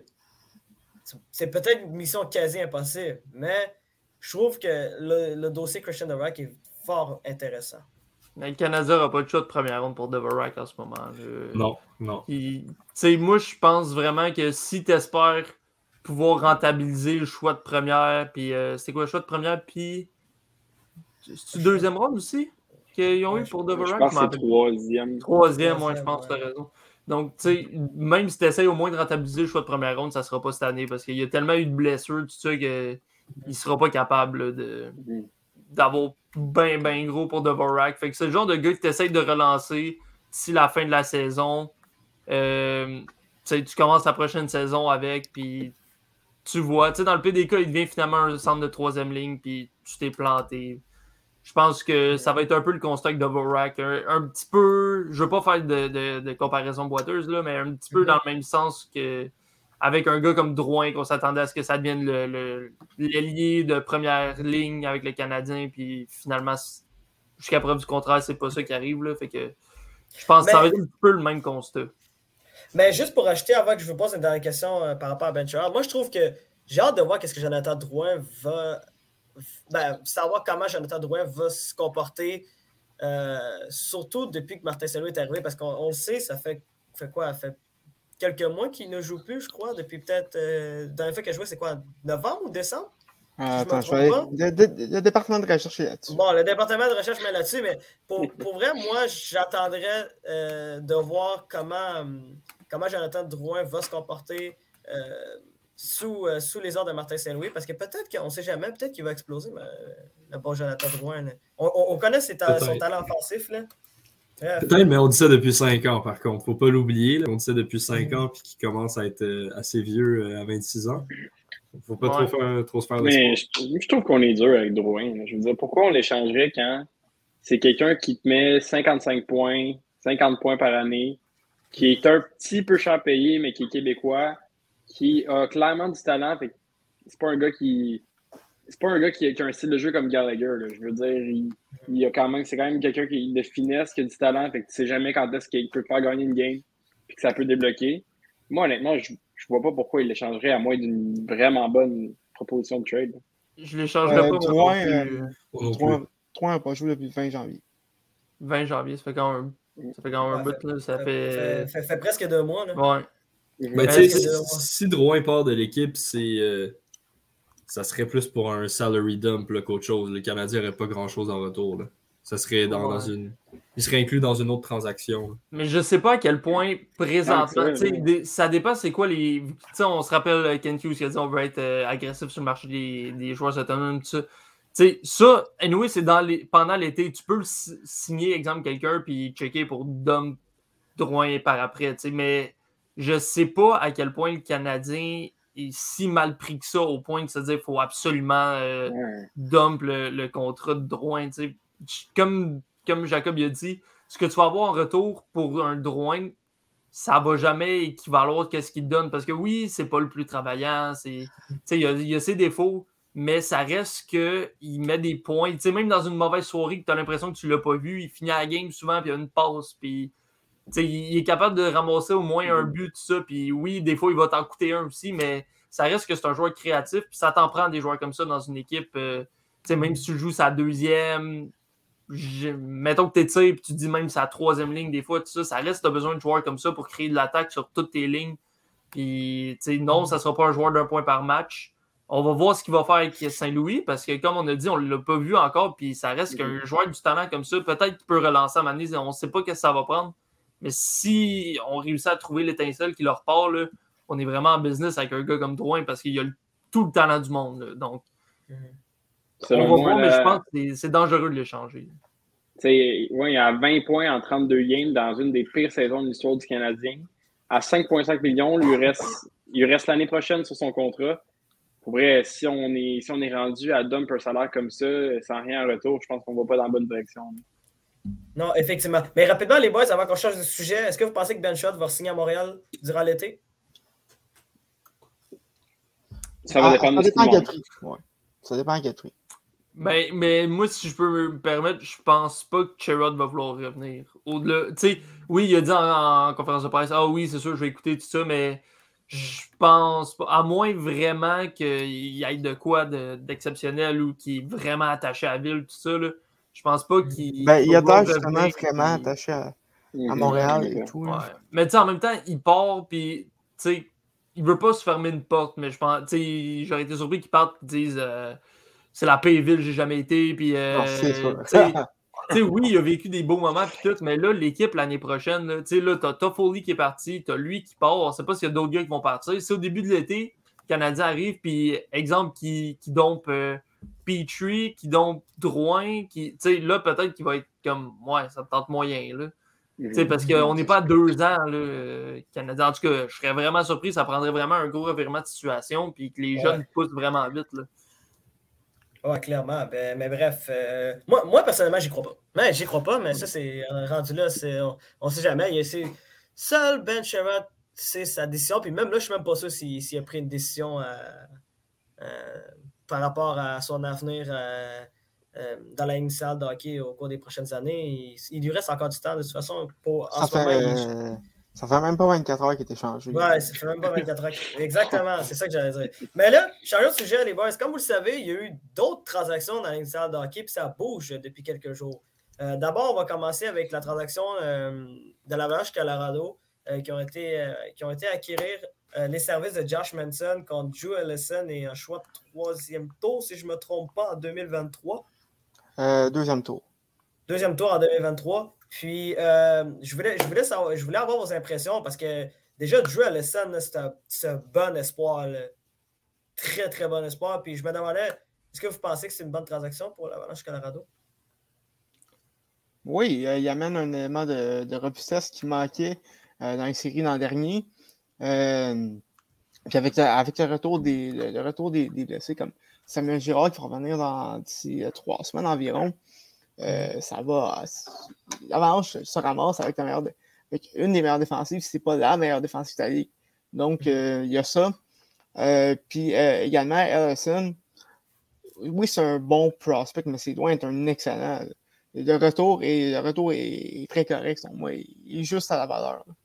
C'est peut-être une mission quasi impossible, mais je trouve que le, le dossier Christian Dvorak est fort intéressant. Mais le Canadien n'aura pas de choix de première ronde pour Dvorak en ce moment. Là. Non, non. Puis, moi, je pense vraiment que si tu espères pouvoir rentabiliser le choix de première, puis euh, c'est quoi le choix de première, puis c'est-tu deuxième ronde aussi qu'ils ont ouais, eu pour Dvorak? Je pense que c'est troisième. Troisième, moi, ouais, je pense que tu as raison. Donc, tu sais, même si tu essaies au moins de rentabiliser le choix de première ronde, ça ne sera pas cette année parce qu'il y a tellement eu de blessures, tout ça, qu'il ne sera pas capable là, de, d'avoir bien, bien gros pour Dvorak. Fait que c'est le genre de gars que tu essaies de relancer d'ici la fin de la saison. Euh, tu commences la prochaine saison avec, puis tu vois, tu sais, dans le pire des cas, il devient finalement un centre de troisième ligne, puis tu t'es planté. Je pense que ça va être un peu le constat de Dvorak. Un, un petit peu, je ne veux pas faire de, de, de comparaison boiteuse, là, mais un petit peu dans le même sens que avec un gars comme Drouin, qu'on s'attendait à ce que ça devienne le, le, l'ailier de première ligne avec le Canadien, puis finalement, jusqu'à preuve du contraire, c'est pas ça qui arrive. Là, fait que je pense mais, que ça va être un petit peu le même constat. Mais juste pour ajouter, avant que je vous pose une dernière question euh, par rapport à Ben Sherratt, moi je trouve que j'ai hâte de voir qu'est-ce que Jonathan Drouin va... Ben, savoir comment Jonathan Drouin va se comporter, euh, surtout depuis que Martin Saint-Louis est arrivé, parce qu'on on le sait, ça fait, fait quoi? Ça fait quelques mois qu'il ne joue plus, je crois, depuis peut-être... Euh, la dernière fois qu'il a joué, c'est quoi? Novembre ou décembre? Euh, Je attends, me je vais trompe aller. Le, le- le département de recherche est là-dessus. Bon, le département de recherche met là-dessus, mais pour, pour vrai, moi, j'attendrais euh, de voir comment, hum, comment Jonathan Drouin va se comporter euh, sous, euh, sous les ordres de Martin Saint-Louis, parce que peut-être qu'on ne sait jamais, peut-être qu'il va exploser, mais, euh, le bon Jonathan Drouin. là. On, on- on connaît ses ta- son Peut-être. talent offensif. Là. Bref. Peut-être, mais on dit ça depuis cinq ans, par contre. Faut pas l'oublier. là. On dit ça depuis cinq Mhm. ans, puis qu'il commence à être euh, assez vieux euh, à vingt-six ans. Faut pas Ouais. trop, faire, trop se faire Mais d'espoir. je, je trouve qu'on est dur avec Drouin. là. Je veux dire, pourquoi on l'échangerait quand c'est quelqu'un qui te met cinquante-cinq points, cinquante points par année, qui est un petit peu cher payé, mais qui est québécois, qui a clairement du talent. Fait que c'est pas un gars qui. C'est pas un gars qui a, qui a un style de jeu comme Gallagher. là. Je veux dire, il, il a quand même, c'est quand même quelqu'un qui de finesse, qui a du talent. Fait que tu sais jamais quand est-ce qu'il peut faire gagner une game puis que ça peut débloquer. Moi, honnêtement, je, je vois pas pourquoi il l'échangerait à moins d'une vraiment bonne proposition de trade. Je l'échangerai Euh, pas, moi, Drouin, non plus. euh, Moi non plus. Drouin Drouin n'a pas joué depuis le vingt janvier. vingt janvier, ça fait quand même, ça fait quand même un Ouais, bout. Là. Ça fait, fait. fait- fait- fait presque deux mois. Là. Ouais. Ben, Euh, tu sais, c'est- si, si Drouin part de l'équipe, c'est, euh, ça serait plus pour un salary dump là, qu'autre chose. Les Canadiens n'auraient pas grand-chose en retour. Là. Ça serait dans, Ouais. dans une... Il serait inclus dans une autre transaction. là. Mais je sais pas à quel point présentement, Ah, tu sais, ouais. des- ça dépend c'est quoi les. Tu sais, on se rappelle euh, Ken Hughes qui a dit on veut être euh, agressif sur le marché des, des joueurs autonomes, tout ça. Tu sais, ça, anyway, c'est dans les, pendant l'été. Tu peux le si- signer, exemple, quelqu'un puis checker pour Dom Drouin par après, tu sais, mais je sais pas à quel point le Canadien est si mal pris que ça au point de se dire qu'il faut absolument euh, Ouais. dump le, le contrat de Drouin. tu sais. Comme, comme Jacob a dit, ce que tu vas avoir en retour pour un Drouin, ça va jamais équivaloir à ce qu'il te donne. Parce que oui, c'est pas le plus travaillant, c'est, tu sais, il y a, il y a ses défauts, mais ça reste qu'il met des points. Tu sais, même dans une mauvaise soirée que tu as l'impression que tu l'as pas vu, il finit la game souvent, puis il y a une passe, puis tu sais, il est capable de ramasser au moins un but, tout ça. Puis oui, des fois, il va t'en coûter un aussi, mais ça reste que c'est un joueur créatif. Puis ça t'en prend des joueurs comme ça dans une équipe. Euh, tu sais, même si tu joues sa deuxième, je- mettons que tu tires, puis tu dis même sa troisième ligne, des fois, tout ça, ça reste, tu as besoin de joueurs comme ça pour créer de l'attaque sur toutes tes lignes. Puis, tu sais, non, ça ne sera pas un joueur d'un point par match. On va voir ce qu'il va faire avec Saint-Louis, parce que comme on a dit, on ne l'a pas vu encore, puis ça reste qu'un joueur du talent comme ça, peut-être qu'il peut relancer à un moment donné, on ne sait pas ce que ça va prendre. Mais si on réussit à trouver l'étincelle qui leur part, là, on est vraiment en business avec un gars comme Drouin parce qu'il a le- tout le talent du monde. là. Donc, Selon on va moi, voir, mais la- je pense que c'est- c'est dangereux de l'échanger. Tu sais, ouais, il a vingt points en trente-deux games dans une des pires saisons de l'histoire du Canadien. À cinq virgule cinq millions, lui reste, il lui reste l'année prochaine sur son contrat. Pour vrai, si on est, si on est rendu à dump un salaire comme ça, sans rien en retour, je pense qu'on ne va pas dans la bonne direction. Non, effectivement. Mais rapidement, les boys, avant qu'on change de sujet, est-ce que vous pensez que Ben Schott va signer à Montréal durant l'été? Ça va Ah, dépendre ça de ce dépend à qu'il quel montre. prix. Ouais. Ça dépend à quel prix. Ben, mais moi, si je peux me permettre, je pense pas que Sherrod va vouloir revenir. Au-delà, tu sais, oui, il a dit en, en conférence de presse, ah oui, c'est sûr, je vais écouter tout ça, mais je pense pas, à moins vraiment qu'il y ait de quoi de- d'exceptionnel ou qu'il est vraiment attaché à la ville, tout ça, là, je pense pas qu'il. Ben, qu'il il va a vouloir l'air justement revenir, vraiment puis- attaché à, à Mhm. Montréal et Ouais. tout. Ouais. là. Mais tu sais, en même temps, il part, puis tu sais, il veut pas se fermer une porte, mais je pense, tu sais, j'aurais été surpris qu'il parte et disent euh, c'est la pire ville que j'ai jamais été, puis euh, Non, c'est sûr. tu sais, tu sais, oui, il a vécu des beaux moments, puis tout, mais là, l'équipe l'année prochaine, là, tu sais, là, t'as Toffoli qui est parti, t'as lui qui part, on sait pas s'il y a d'autres gars qui vont partir. C'est au début de l'été, le Canadien arrive, puis exemple, qui, qui dompe euh, Petrie, qui dompe Drouin, qui, tu sais, là, peut-être qu'il va être comme, ouais, ça me tente moyen, là. Tu sais, parce qu'on n'est pas à deux ans, là, euh, Canadien. En tout cas, je serais vraiment surpris. Ça prendrait vraiment un gros revirement de situation puis que les Ouais. jeunes poussent vraiment vite. Là. Ouais, clairement. Ben, mais bref, euh, moi, moi, personnellement, j'y crois pas. Mais j'y crois pas, mais ça, c'est euh, rendu là, c'est, on, on sait jamais. Il y a, c'est, seul Ben Sherrod, c'est sa décision. Puis même là, je suis même pas sûr s'il, s'il a pris une décision euh, euh, par rapport à son avenir euh, euh, dans la ligne salle de hockey au cours des prochaines années. Il, il lui reste encore du temps, de toute façon. Pour, en Ça ce moment, fait, il- euh, ça fait même pas vingt-quatre heures qu'il est échangé. Ouais, ça fait même pas vingt-quatre heures. qu'il- Exactement, c'est ça que j'allais dire. Mais là, changeons de sujet, les boys. Comme vous le savez, il y a eu d'autres transactions dans l'initiale de hockey, puis ça bouge depuis quelques jours. Euh, d'abord, on va commencer avec la transaction euh, de l'Avalanche Colorado euh, qui ont été, euh, qui ont été acquérir euh, les services de Josh Manson contre Joe Ellison et un choix de troisième tour, si je ne me trompe pas, en deux mille vingt-trois. Euh, deuxième tour. Deuxième tour en deux mille vingt-trois. Puis, euh, je, voulais, je, voulais savoir, je voulais avoir vos impressions parce que déjà, Joe Ellison, c'est un, c'est un bon espoir. Là. Très, très bon espoir. Puis, je me demandais, est-ce que vous pensez que c'est une bonne transaction pour l'Avalanche Colorado? Oui, euh, il amène un élément de, de robustesse qui manquait euh, dans les séries l'an dernier. Euh, puis avec, avec le retour des, le, le retour des, des blessés comme Samuel Girard qui va revenir dans, d'ici euh, trois semaines environ, euh, ça va. L'Avalanche se ramasse avec, la meilleure, avec une des meilleures défensives, si c'est pas la meilleure défensive de la Ligue. Donc, euh, il y a ça. Euh, puis euh, également, Ellison, oui, c'est un bon prospect, mais c'est loin d'être un excellent. Là. Le retour, est, le retour est, est très correct, selon moi. Il est juste à la valeur. Là.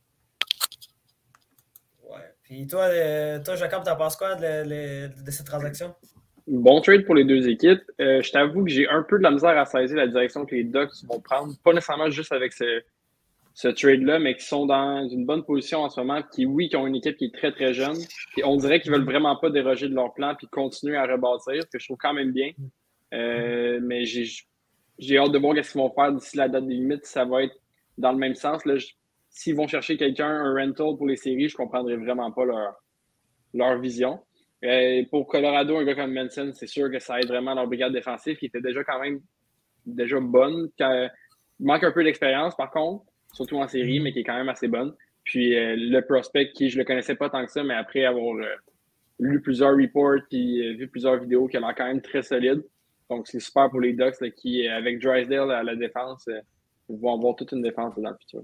Ouais. Puis toi, euh, toi Jacob, t'en penses quoi de, de, de cette transaction? Bon trade pour les deux équipes. Euh, je t'avoue que j'ai un peu de la misère à saisir la direction que les Ducks vont prendre. Pas nécessairement juste avec ce, ce trade-là, mais qui sont dans une bonne position en ce moment. Qui, oui, qui ont une équipe qui est très, très jeune. Et on dirait qu'ils veulent vraiment pas déroger de leur plan puis continuer à rebâtir, ce que je trouve quand même bien. Euh, mais j'ai, j'ai hâte de voir ce qu'ils vont faire d'ici la date des limites. Ça va être dans le même sens. Là, je, s'ils vont chercher quelqu'un, un rental pour les séries, je comprendrai vraiment pas leur, leur vision. Euh, pour Colorado, un gars comme Manson, c'est sûr que ça aide vraiment leur brigade défensive qui était déjà quand même déjà bonne. Quand, il manque un peu d'expérience, par contre, surtout en série, mais qui est quand même assez bonne. Puis euh, le prospect, qui je le connaissais pas tant que ça, mais après avoir euh, lu plusieurs reports et euh, vu plusieurs vidéos, qui a l'air quand même très solide. Donc c'est super pour les Ducks là, qui, avec Drysdale à la défense, euh, vont avoir toute une défense dans le futur.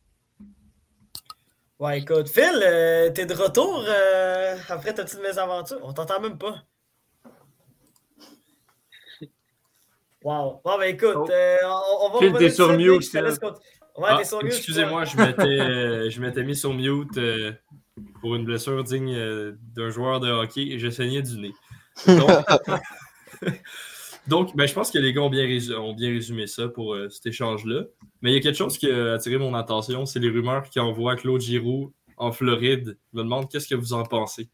Ouais, écoute, Phil, euh, t'es de retour euh, après ta petite mésaventure. On t'entend même pas. Wow. Bon, ben écoute, Oh. euh, on, on va Phil, revenir t'es sur dessus, mute, je te laisse Phil. compte- Ouais, Ah, t'es sur mute. excusez-moi, je m'étais, euh, je m'étais mis sur mute euh, pour une blessure digne euh, d'un joueur de hockey et je saignais du nez. Donc, donc ben, je pense que les gars ont bien, résumé, ont bien résumé ça pour euh, cet échange-là. Mais il y a quelque chose qui a attiré mon attention, c'est les rumeurs qui envoient Claude Giroux en Floride. Je me demande qu'est-ce que vous en pensez.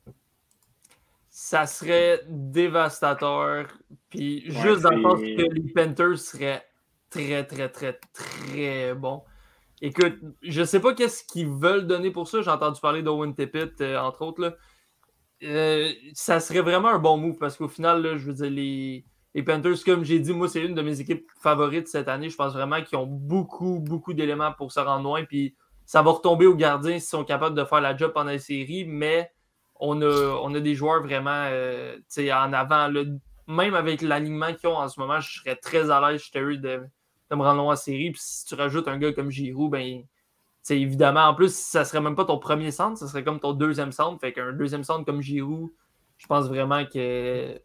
Ça serait dévastateur. Puis Ouais, juste dans le sens c'est- que les Panthers seraient très, très, très, très bons. Écoute, je sais pas qu'est-ce qu'ils veulent donner pour ça. J'ai entendu parler d'Owen Tippett, euh, entre autres. Là. Euh, ça serait vraiment un bon move parce qu'au final, là, je veux dire, les, les Panthers, comme j'ai dit, moi, c'est une de mes équipes favorites cette année. Je pense vraiment qu'ils ont beaucoup, beaucoup d'éléments pour se rendre loin. Puis ça va retomber aux gardiens s'ils sont capables de faire la job pendant les séries. Mais on a, on a des joueurs vraiment euh, en avant. Là. Même avec l'alignement qu'ils ont en ce moment, je serais très à l'aise, je de, de me rendre loin en série. Puis si tu rajoutes un gars comme Giroux, ben. T'sais, évidemment, en plus, ça serait même pas ton premier centre, ça serait comme ton deuxième centre. Fait qu'un deuxième centre comme Giroux, je pense vraiment que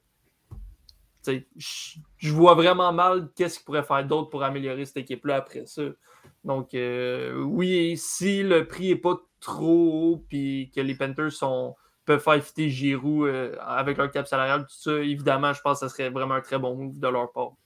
je, je vois vraiment mal qu'est-ce qu'il pourrait faire d'autre pour améliorer cette équipe-là après ça. Donc, euh, oui, si le prix n'est pas trop haut puis que les Panthers sont, peuvent faire fitter Giroux euh, avec leur cap salarial, tout ça, évidemment, je pense que ce serait vraiment un très bon move de leur part.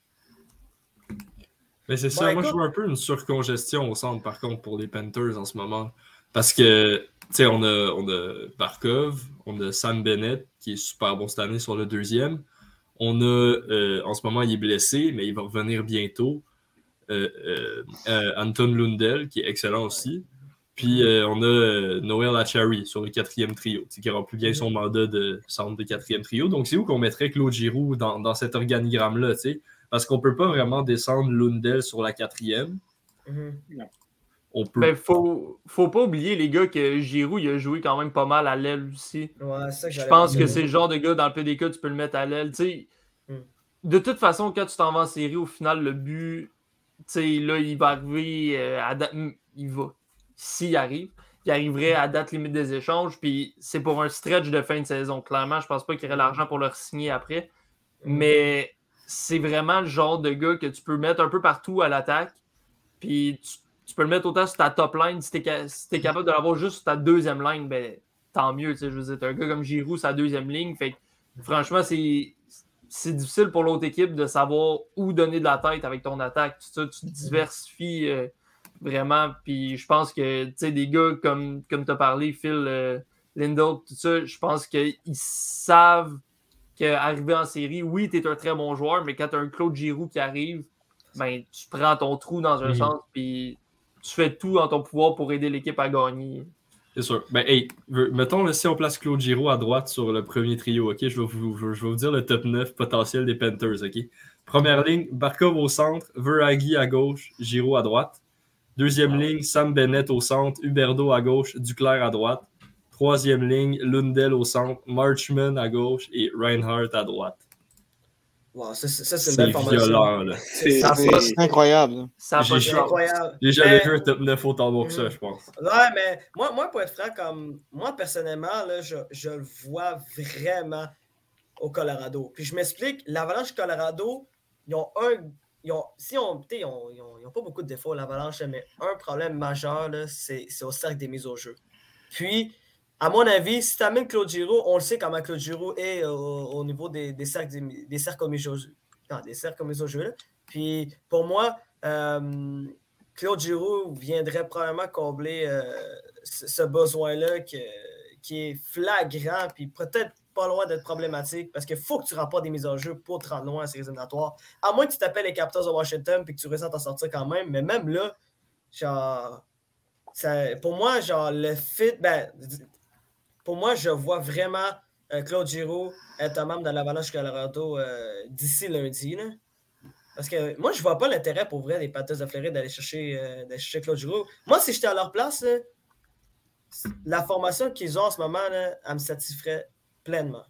Mais c'est ça, Bon, moi écoute... je vois un peu une surcongestion au centre par contre pour les Panthers en ce moment. Parce que, tu sais, on a, on a Barkov, on a Sam Bennett qui est super bon cette année sur le deuxième. On a, euh, en ce moment, il est blessé, mais il va revenir bientôt. Euh, euh, euh, Anton Lundell qui est excellent aussi. Puis euh, on a euh, Noel Acciari sur le quatrième trio, qui remplit bien son mandat de centre de quatrième trio. Donc c'est où qu'on mettrait Claude Giroux dans, dans cet organigramme-là, tu sais? Parce qu'on ne peut pas vraiment descendre Lundell sur la quatrième. Mm-hmm. On peut. Ben, faut, faut pas oublier, les gars, que Giroux, il a joué quand même pas mal à l'aile aussi. Ouais, ça que je pense que c'est le genre de gars, dans le P D K, tu peux le mettre à l'aile. Mm. De toute façon, quand tu t'en vas en série, au final, le but, là, il va arriver euh, à date. Il va. S'il arrive, il arriverait à date limite des échanges. Puis c'est pour un stretch de fin de saison. Clairement, je pense pas qu'il y aurait l'argent pour le signer après. Mm. Mais c'est vraiment le genre de gars que tu peux mettre un peu partout à l'attaque. Puis tu, tu peux le mettre autant sur ta top line. Si tu es si capable de l'avoir juste sur ta deuxième ligne, ben, tant mieux. Je veux dire, un gars comme Giroux, sa deuxième ligne. Fait que, franchement, c'est, c'est difficile pour l'autre équipe de savoir où donner de la tête avec ton attaque. Tout ça, tu te diversifies euh, vraiment. Puis je pense que des gars comme, comme tu as parlé, Phil, euh, Lindell, tout ça, je pense qu'ils savent qu'arriver en série, oui, tu es un très bon joueur, mais quand tu as un Claude Giroux qui arrive, ben, tu prends ton trou dans un Mhm. sens, puis tu fais tout en ton pouvoir pour aider l'équipe à gagner. C'est sûr. Ben, hey, mettons, là, si on place Claude Giroux à droite sur le premier trio, ok, je vais vous, je vais vous dire le top neuf potentiel des Panthers, ok? Première ligne, Barkov au centre, Verhaeghe à gauche, Giroux à droite. Deuxième Wow. ligne, Sam Bennett au centre, Huberdeau à gauche, Duclair à droite. Troisième ligne, Lundell au centre, Marchman à gauche et Reinhardt à droite. Wow, ça, ça, ça, c'est une C'est belle formation. violent, là. C'est C'est- C'est c'est incroyable. là. Ça a J'ai pas de chaud. c'est sens. incroyable. J'ai jamais Mais- vu un top neuf autant beau que ça, Mhm. je pense. Ouais, mais moi, moi, pour être franc, comme moi, personnellement, là, je, je le vois vraiment au Colorado. Puis je m'explique, l'Avalanche Colorado, ils ont un. Ils ont, si on, ils ont, ils ont, ils ont pas beaucoup de défauts, l'Avalanche, mais un problème majeur, là, c'est, c'est au cercle des mises au jeu. Puis, à mon avis, si tu amènes Claude Giroux, on le sait comment Claude Giroux est au, au niveau des, des cercles des, des cercles aux mises au jeu. Non, des cercles aux mises au jeu. Là. Puis, pour moi, euh, Claude Giroux viendrait probablement combler euh, ce, ce besoin-là que, qui est flagrant, puis peut-être pas loin d'être problématique, parce qu'il faut que tu remportes des mises en jeu pour te rendre loin à ces éliminatoires. À moins que tu t'appelles les Capitals de Washington puis que tu réussis à t'en sortir quand même, mais même là, genre, ça, pour moi, genre, le fit, ben, pour moi, je vois vraiment euh, Claude Giroux être un membre de l'Avalanche Colorado euh, d'ici lundi, là. Parce que moi, je vois pas l'intérêt pour vrai des Panthers de Floride d'aller chercher, euh, d'aller chercher Claude Giroux. Moi, si j'étais à leur place, là, la formation qu'ils ont en ce moment, là, elle me satisferait pleinement.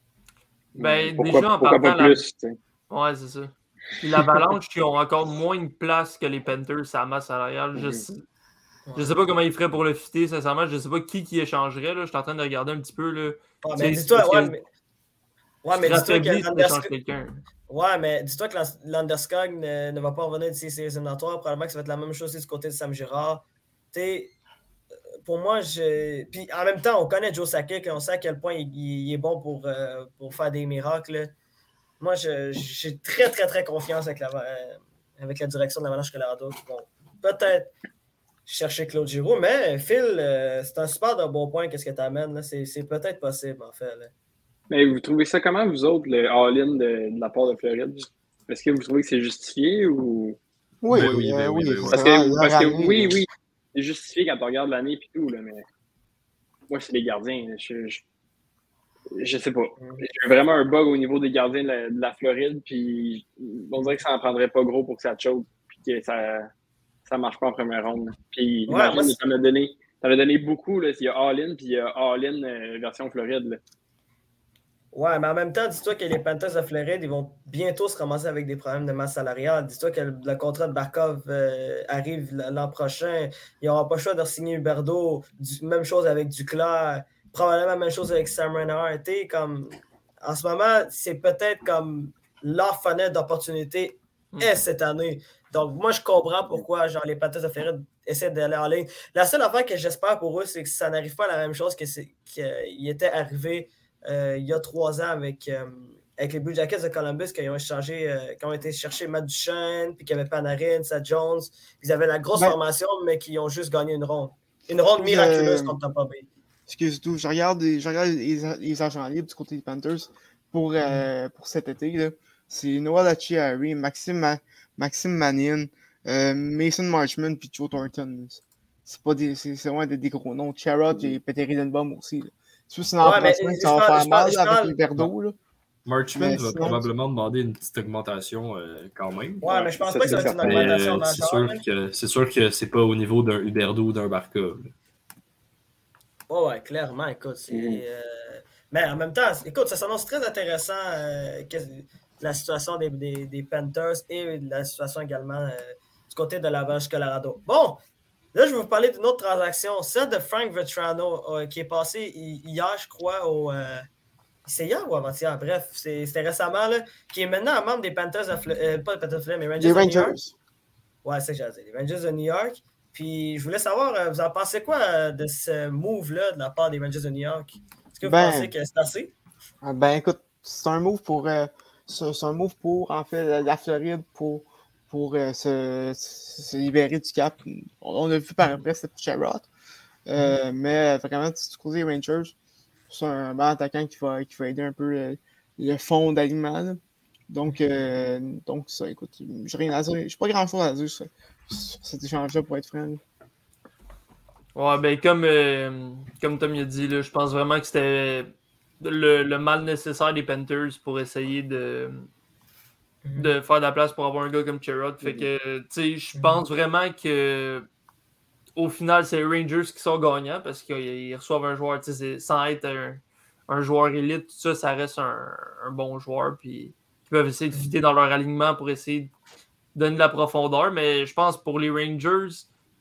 Ben, pourquoi, déjà, en pourquoi partant, pas la- plus? tu sais? Ouais, c'est ça. Puis l'Avalanche qui ont encore moins de place que les Panthers à la masse salariale. Je Mhm. sais, je sais pas comment ils feraient pour le fitter, sincèrement. Je sais pas qui qui échangerait. Là. Je suis en train de regarder un petit peu. Là. Ouais, Tu mais sais, dis-toi, parce ouais, que mais, ouais, mais dis-toi que Straffaibli, tu Landeskog- échanges quelqu'un. ouais, mais dis-toi que Lan- Landeskog ne, ne va pas revenir d'ici ces éliminatoires. Probablement que ça va être la même chose aussi du côté de Sam Girard. Tu sais, pour moi, je. Puis en même temps, on connaît Joe Sakic, on sait à quel point il, il- il est bon pour, euh, pour faire des miracles. Moi, je- j'ai très, très, très confiance avec la, euh, avec la direction de l'Avalanche Colorado qui vont peut-être chercher Claude Giroux. Mais Phil, euh, c'est un super de bon point qu'est-ce que tu amènes. C'est, c'est peut-être possible, en fait. Là. Mais vous trouvez ça comment, vous autres, le all-in de, de la part de Floride? Est-ce que vous trouvez que c'est justifié ou. Oui, Ben oui, euh, ben oui, oui. ben oui. Parce vraiment, que, leur parce que année, oui, là. oui, c'est justifié quand on regarde l'année et tout, là, mais moi, c'est les gardiens. là. Je, je, je sais pas. J'ai vraiment un bug au niveau des gardiens de la, de la Floride, puis on dirait que ça en prendrait pas gros pour que ça choke, puis que ça ça marche pas en première ronde. là. Puis Ouais, imagine, moi, c'est- t'en as donné, t'en as donné beaucoup, là. Il y a all-in, puis il y a all-in euh, version Floride, là. Ouais, mais en même temps, dis-toi que les Panthers de Floride, ils vont bientôt se ramasser avec des problèmes de masse salariale. Dis-toi que le, le contrat de Barkov euh, arrive l'an prochain. Il n'y aura pas le choix de signer Huberdeau. Du, même chose avec Duclair. Probablement la même chose avec Sam Reinhart. T'sais, comme, en ce moment, c'est peut-être comme leur fenêtre d'opportunité est cette année. Donc, moi, je comprends pourquoi genre, les Panthers de Floride essaient d'aller en ligne. La seule affaire que j'espère pour eux, c'est que ça n'arrive pas à la même chose que c'est, qu'il était arrivé Euh, il y a trois ans avec, euh, avec les Blue Jackets de Columbus qui ont, échangé, euh, qui ont été chercher Matt Duchene, puis qui avait Panarin, Seth Jones. Ils avaient la grosse Ben- formation, mais qui ont juste gagné une ronde. Une ronde Euh, miraculeuse contre Tampa Bay. Excuse tout, je regarde, les, je regarde les, les agents libres du côté des Panthers pour, euh, pour cet été. Là. C'est Noah Lachiari, Maxime, Ma- Maxime Manin, euh, Mason Marchman puis Joe Thornton. C'est pas des, c'est, c'est vraiment des, des gros noms. Charrot et Peter Ridenbaum aussi. Là. C'est sûr, c'est un Ouais, mais remplacement je que ça va parle- faire je parle- mal je là, parle- avec les Berdo. Là. Marchman Mais va sinon- probablement demander une petite augmentation euh, quand même. Ouais, mais je pense ça, pas que ça va c'est être une certain. Mais augmentation euh, c'est majeure. sûr là. que c'est sûr que c'est pas au niveau d'un Huberdeau ou d'un Barkov. là. Ouais, ouais, clairement, écoute. c'est, Mhm. euh, Mais en même temps, écoute, ça s'annonce très intéressant euh, que- la situation des, des, des Panthers et la situation également euh, du côté de la Vache Colorado. Bon, là, je vais vous parler d'une autre transaction, celle de Frank Vetrano, euh, qui est passé hi- hier, je crois, au. euh, C'est hier ou avant-hier? Bref, c'est- c'était récemment, là, qui est maintenant un membre des Panthers de Fl- euh, pas les Panthers de Floride, mais Rangers Les de New York. Rangers. Ouais, c'est ce que j'allais dire. Les Rangers de New York. Puis, je voulais savoir, euh, vous en pensez quoi euh, de ce move-là de la part des Rangers de New York? Est-ce que vous Ben, pensez que c'est assez? Ah, ben écoute, c'est un move pour euh, c'est c'est un move pour en fait la, la Floride pour, pour euh, se, se se libérer du cap. On, on a vu par après cette Charrot. Euh, mais vraiment, du côté des Rangers, c'est un bon attaquant qui va, qui va aider un peu le, le fond d'alignement. Là. Donc, euh, donc ça, écoute, j'ai rien à dire. J'ai pas grand chose à dire sur, sur cet échange-là pour être franc. Ouais, ben comme, euh, comme Tom a dit, là, je pense vraiment que c'était le, le mal nécessaire des Panthers pour essayer de, mm-hmm. de faire de la place pour avoir un gars comme Sherrod. Fait que, tu sais, je pense mm-hmm. vraiment que au final, c'est les Rangers qui sont gagnants parce qu'ils reçoivent un joueur, tu sais, sans être un, un joueur élite, tout ça, ça reste un, un bon joueur. Puis ils peuvent essayer de fitter dans leur alignement pour essayer de donner de la profondeur. Mais je pense pour les Rangers,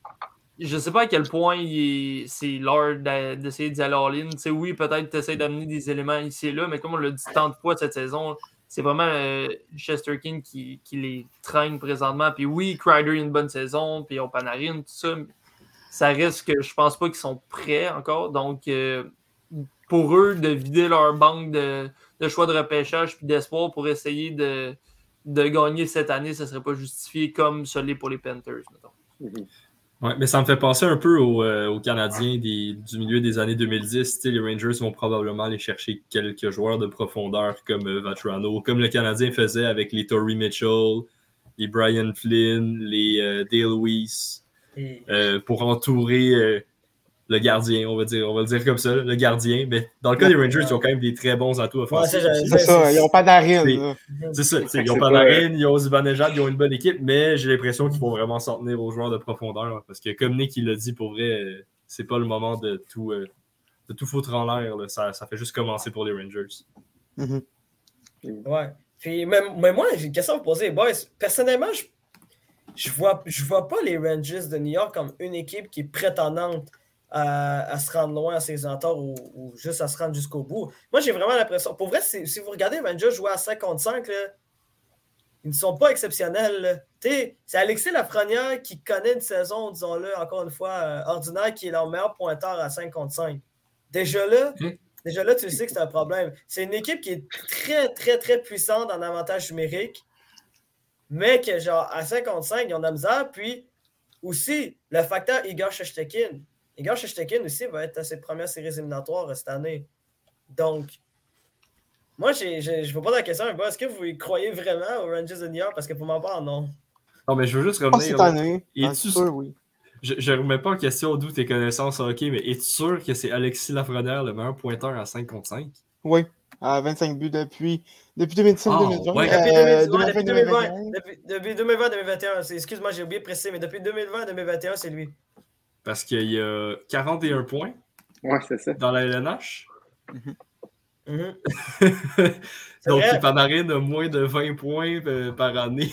je sais pas à quel point il, c'est l'heure d'essayer d'y aller all-in. Tu sais, oui, peut-être tu essaies d'amener des éléments ici et là, mais comme on l'a dit tant de fois cette saison, c'est vraiment euh, Shesterkin qui, qui les traîne présentement. Puis oui, Kreider a une bonne saison, puis on Panarin, tout ça. Ça reste que je pense pas qu'ils sont prêts encore. Donc, euh, pour eux, de vider leur banque de, de choix de repêchage puis d'espoir pour essayer de, de gagner cette année, ça serait pas justifié comme ce l'est pour les Panthers, mettons. Mm-hmm. Ouais, mais ça me fait penser un peu aux, euh, aux Canadiens des, du milieu des années deux mille dix. Les Rangers vont probablement aller chercher quelques joueurs de profondeur comme euh, Vatrano, comme le Canadien faisait avec les Torrey Mitchell, les Brian Flynn, les euh, Dale Weiss, euh, pour entourer euh, le gardien, on va dire, on va le dire comme ça, le gardien. Mais dans le cas des Rangers, ils ont quand même des très bons atouts offensifs. Ouais, c'est, c'est ça, ils n'ont pas d'Arine. C'est, c'est ça, ils n'ont pas d'Arine, ils ont Zibanejad, ils ont une bonne équipe, mais j'ai l'impression qu'il faut vraiment s'en tenir aux joueurs de profondeur. Parce que comme Nick il l'a dit, pour vrai, c'est pas le moment de tout, euh, de tout foutre en l'air. Ça, ça fait juste commencer pour les Rangers. Mm-hmm. Ouais. Puis, mais, mais moi, j'ai une question à vous poser, boys. Personnellement, je je vois, je vois pas les Rangers de New York comme une équipe qui est prétendante À, à se rendre loin à ses entorts ou, ou juste à se rendre jusqu'au bout. Moi, j'ai vraiment l'impression... Pour vrai, si, si vous regardez les Rangers jouer à cinq contre cinq, là, ils ne sont pas exceptionnels. C'est Alexis Lafrenière qui connaît une saison, disons-le, encore une fois, euh, ordinaire, qui est leur meilleur pointeur à cinq contre cinq. Déjà là, mmh. déjà là, tu sais que c'est un problème. C'est une équipe qui est très, très, très puissante en avantage numérique, mais que, genre, à cinq contre cinq, ils ont de la misère. Puis, aussi, le facteur Igor Shesterkin. Igor Shesterkin aussi va être à ses premières séries éliminatoires cette année. Donc, moi, j'ai, j'ai, je ne vous pose la question, mais est-ce que vous y croyez vraiment aux Rangers de New York? Parce que pour ma part, non. Non, mais je veux juste revenir. Pas cette année. Es-tu sûr, oui. Je ne remets pas en question d'où tes connaissances en hockey, mais es-tu sûr que c'est Alexis Lafrenière le meilleur pointeur à cinq contre cinq? Oui, à vingt-cinq buts depuis, depuis deux mille dix-neuf deux mille vingt. Oh, ouais. euh, depuis deux mille vingt Depuis deux mille vingt deux mille vingt et un. Excuse-moi, j'ai oublié de préciser, mais depuis deux mille vingt deux mille vingt et un, c'est lui. Parce qu'il y a quarante et un points ouais, c'est ça. dans la L N H. Mm-hmm. Mm-hmm. Donc, Panarin a moins de vingt points par année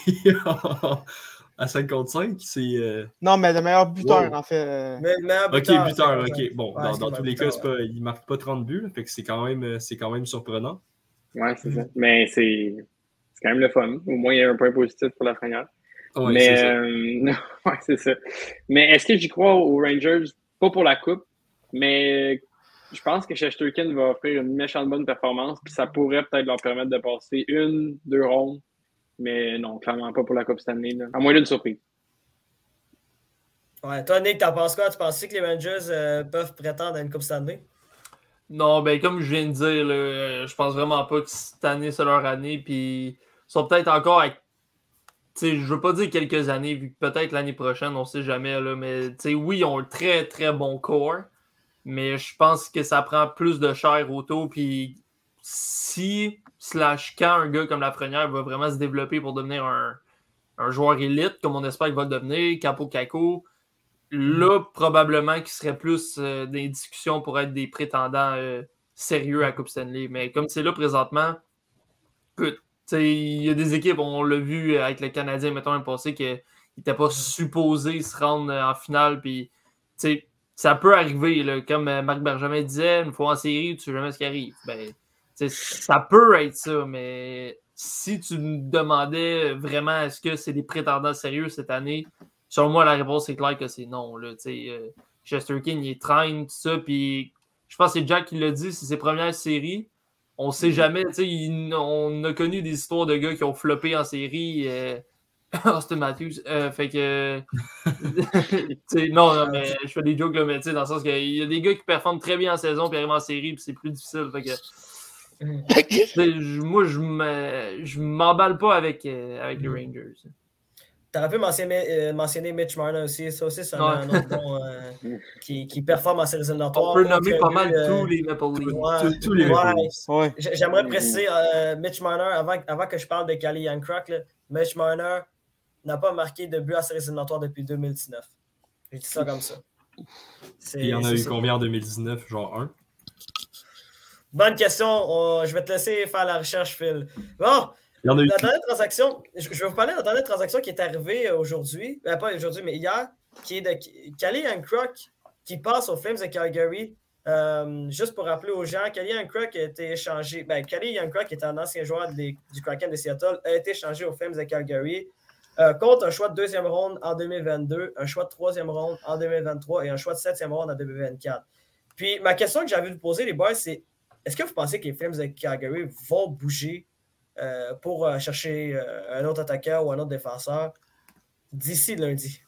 à cinq contre cinq. C'est, euh... Non, mais le meilleur buteur, wow. en fait. Mais, meilleur buteur, ok, buteur, ok. Bon, ouais, dans, dans tous les buteur, cas, c'est pas, il ne marque pas trente buts, fait que c'est quand même, c'est quand même surprenant. Ouais, c'est mm-hmm. ça. Mais c'est, c'est quand même le fun. Au moins, il y a un point positif pour la Lafrenière. Ouais, mais c'est euh, ouais, c'est ça. Mais est-ce que j'y crois aux Rangers? Pas pour la coupe, mais je pense que Shesterkin va offrir une méchante bonne performance, puis ça pourrait peut-être leur permettre de passer une, deux rondes. Mais non, clairement pas pour la coupe cette année, là. À moins d'une surprise. Ouais, toi, Nick, t'en penses quoi? Tu penses que les Rangers euh, peuvent prétendre à une coupe cette année? Non, ben comme je viens de dire, là, je pense vraiment pas que cette année, c'est leur année, puis ils sont peut-être encore avec. T'sais, je veux pas dire quelques années, vu que peut-être l'année prochaine, on sait jamais, là, mais oui, ils ont un très, très bon corps, mais je pense que ça prend plus de chair auto, puis si, slash quand un gars comme Lafrenière va vraiment se développer pour devenir un, un joueur élite, comme on espère qu'il va le devenir, Capo Caco, là, probablement qu'il serait plus euh, des discussions pour être des prétendants euh, sérieux à la Coupe Stanley, mais comme c'est là présentement, écoute, il y a des équipes, on l'a vu avec le Canadien, mettons, l'année passée, qu'ils n'étaient pas supposés se rendre en finale. Puis, ça peut arriver, là, comme Marc Bergevin disait, une fois en série, tu ne sais jamais ce qui arrive. Ben, ça peut être ça, mais si tu me demandais vraiment est-ce que c'est des prétendants sérieux cette année, selon moi, la réponse est claire que c'est non. Là, euh, Shesterkin, il est traîne, tout ça. Puis, je pense que c'est Jack qui l'a dit, c'est ses premières séries. On ne sait jamais, tu sais, on a connu des histoires de gars qui ont floppé en série. Euh, Austin Matthews. Euh, fait que. non, non, mais je fais des jokes, là, mais tu sais, dans le sens qu'il y a des gars qui performent très bien en saison, puis arrivent en série, puis c'est plus difficile. Fait que. Moi, je m'emballe pas avec, euh, avec les Rangers. T'aurais pu mentionner, euh, mentionner Mitch Marner aussi. Ça aussi, c'est un, un autre bon euh, qui, qui performe en séries éliminatoires. On peut nommer pas mal euh, tous les Maple Leafs. Ouais, tous les Maple Leafs. Ouais. J'aimerais préciser euh, Mitch Marner, avant, avant que je parle de Calle Yankrok, Mitch Marner n'a pas marqué de but en séries éliminatoires depuis deux mille dix-neuf. J'ai dit ça comme ça. Il y en a eu combien en deux mille dix-neuf? Genre un? Bonne question. On, je vais te laisser faire la recherche, Phil. Bon. Il y en a eu la dernière transaction, je, je vais vous parler de la dernière transaction qui est arrivée aujourd'hui, euh, pas aujourd'hui, mais hier, qui est de Calle Yankrok qui passe aux Flames de Calgary. Euh, juste pour rappeler aux gens, Calle Yankrok a été échangé. Ben, Calle Yankrok, qui est un ancien joueur de, du Kraken de Seattle, a été échangé aux Flames de Calgary euh, contre un choix de deuxième ronde en deux mille vingt-deux, un choix de troisième ronde en deux mille vingt-trois et un choix de septième ronde en deux mille vingt-quatre. Puis ma question que j'avais vous poser, les boys, c'est est-ce que vous pensez que les Flames de Calgary vont bouger Euh, pour euh, chercher euh, un autre attaquant ou un autre défenseur d'ici lundi?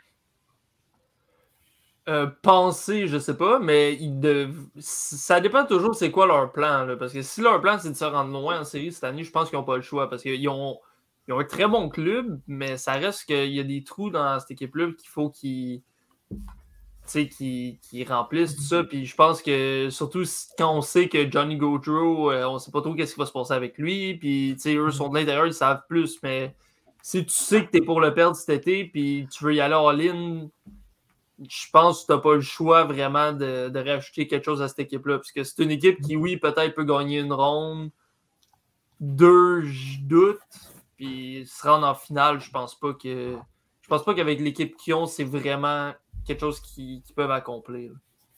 Euh, penser, je sais pas, mais ils dev... ça dépend toujours c'est quoi leur plan. Là, parce que si leur plan c'est de se rendre loin en série cette année, je pense qu'ils n'ont pas le choix. Parce qu'ils ont, ils ont un très bon club, mais ça reste qu'il y a des trous dans cette équipe-là qu'il faut qu'ils qui, qui remplissent tout ça. Puis je pense que surtout quand on sait que Johnny Gaudreau, euh, on sait pas trop qu'est-ce qui va se passer avec lui. Puis eux sont de l'intérieur, ils savent plus. Mais si tu sais que tu es pour le perdre cet été, puis tu veux y aller all-in, je pense que tu n'as pas le choix vraiment de, de rajouter quelque chose à cette équipe-là. Parce que c'est une équipe qui, oui, peut-être peut gagner une ronde. Deux, je doute. Puis se rendre en finale, je pense pas que. Je pense pas qu'avec l'équipe qu'ils ont, c'est vraiment quelque chose qu'ils, qu'ils peuvent accomplir.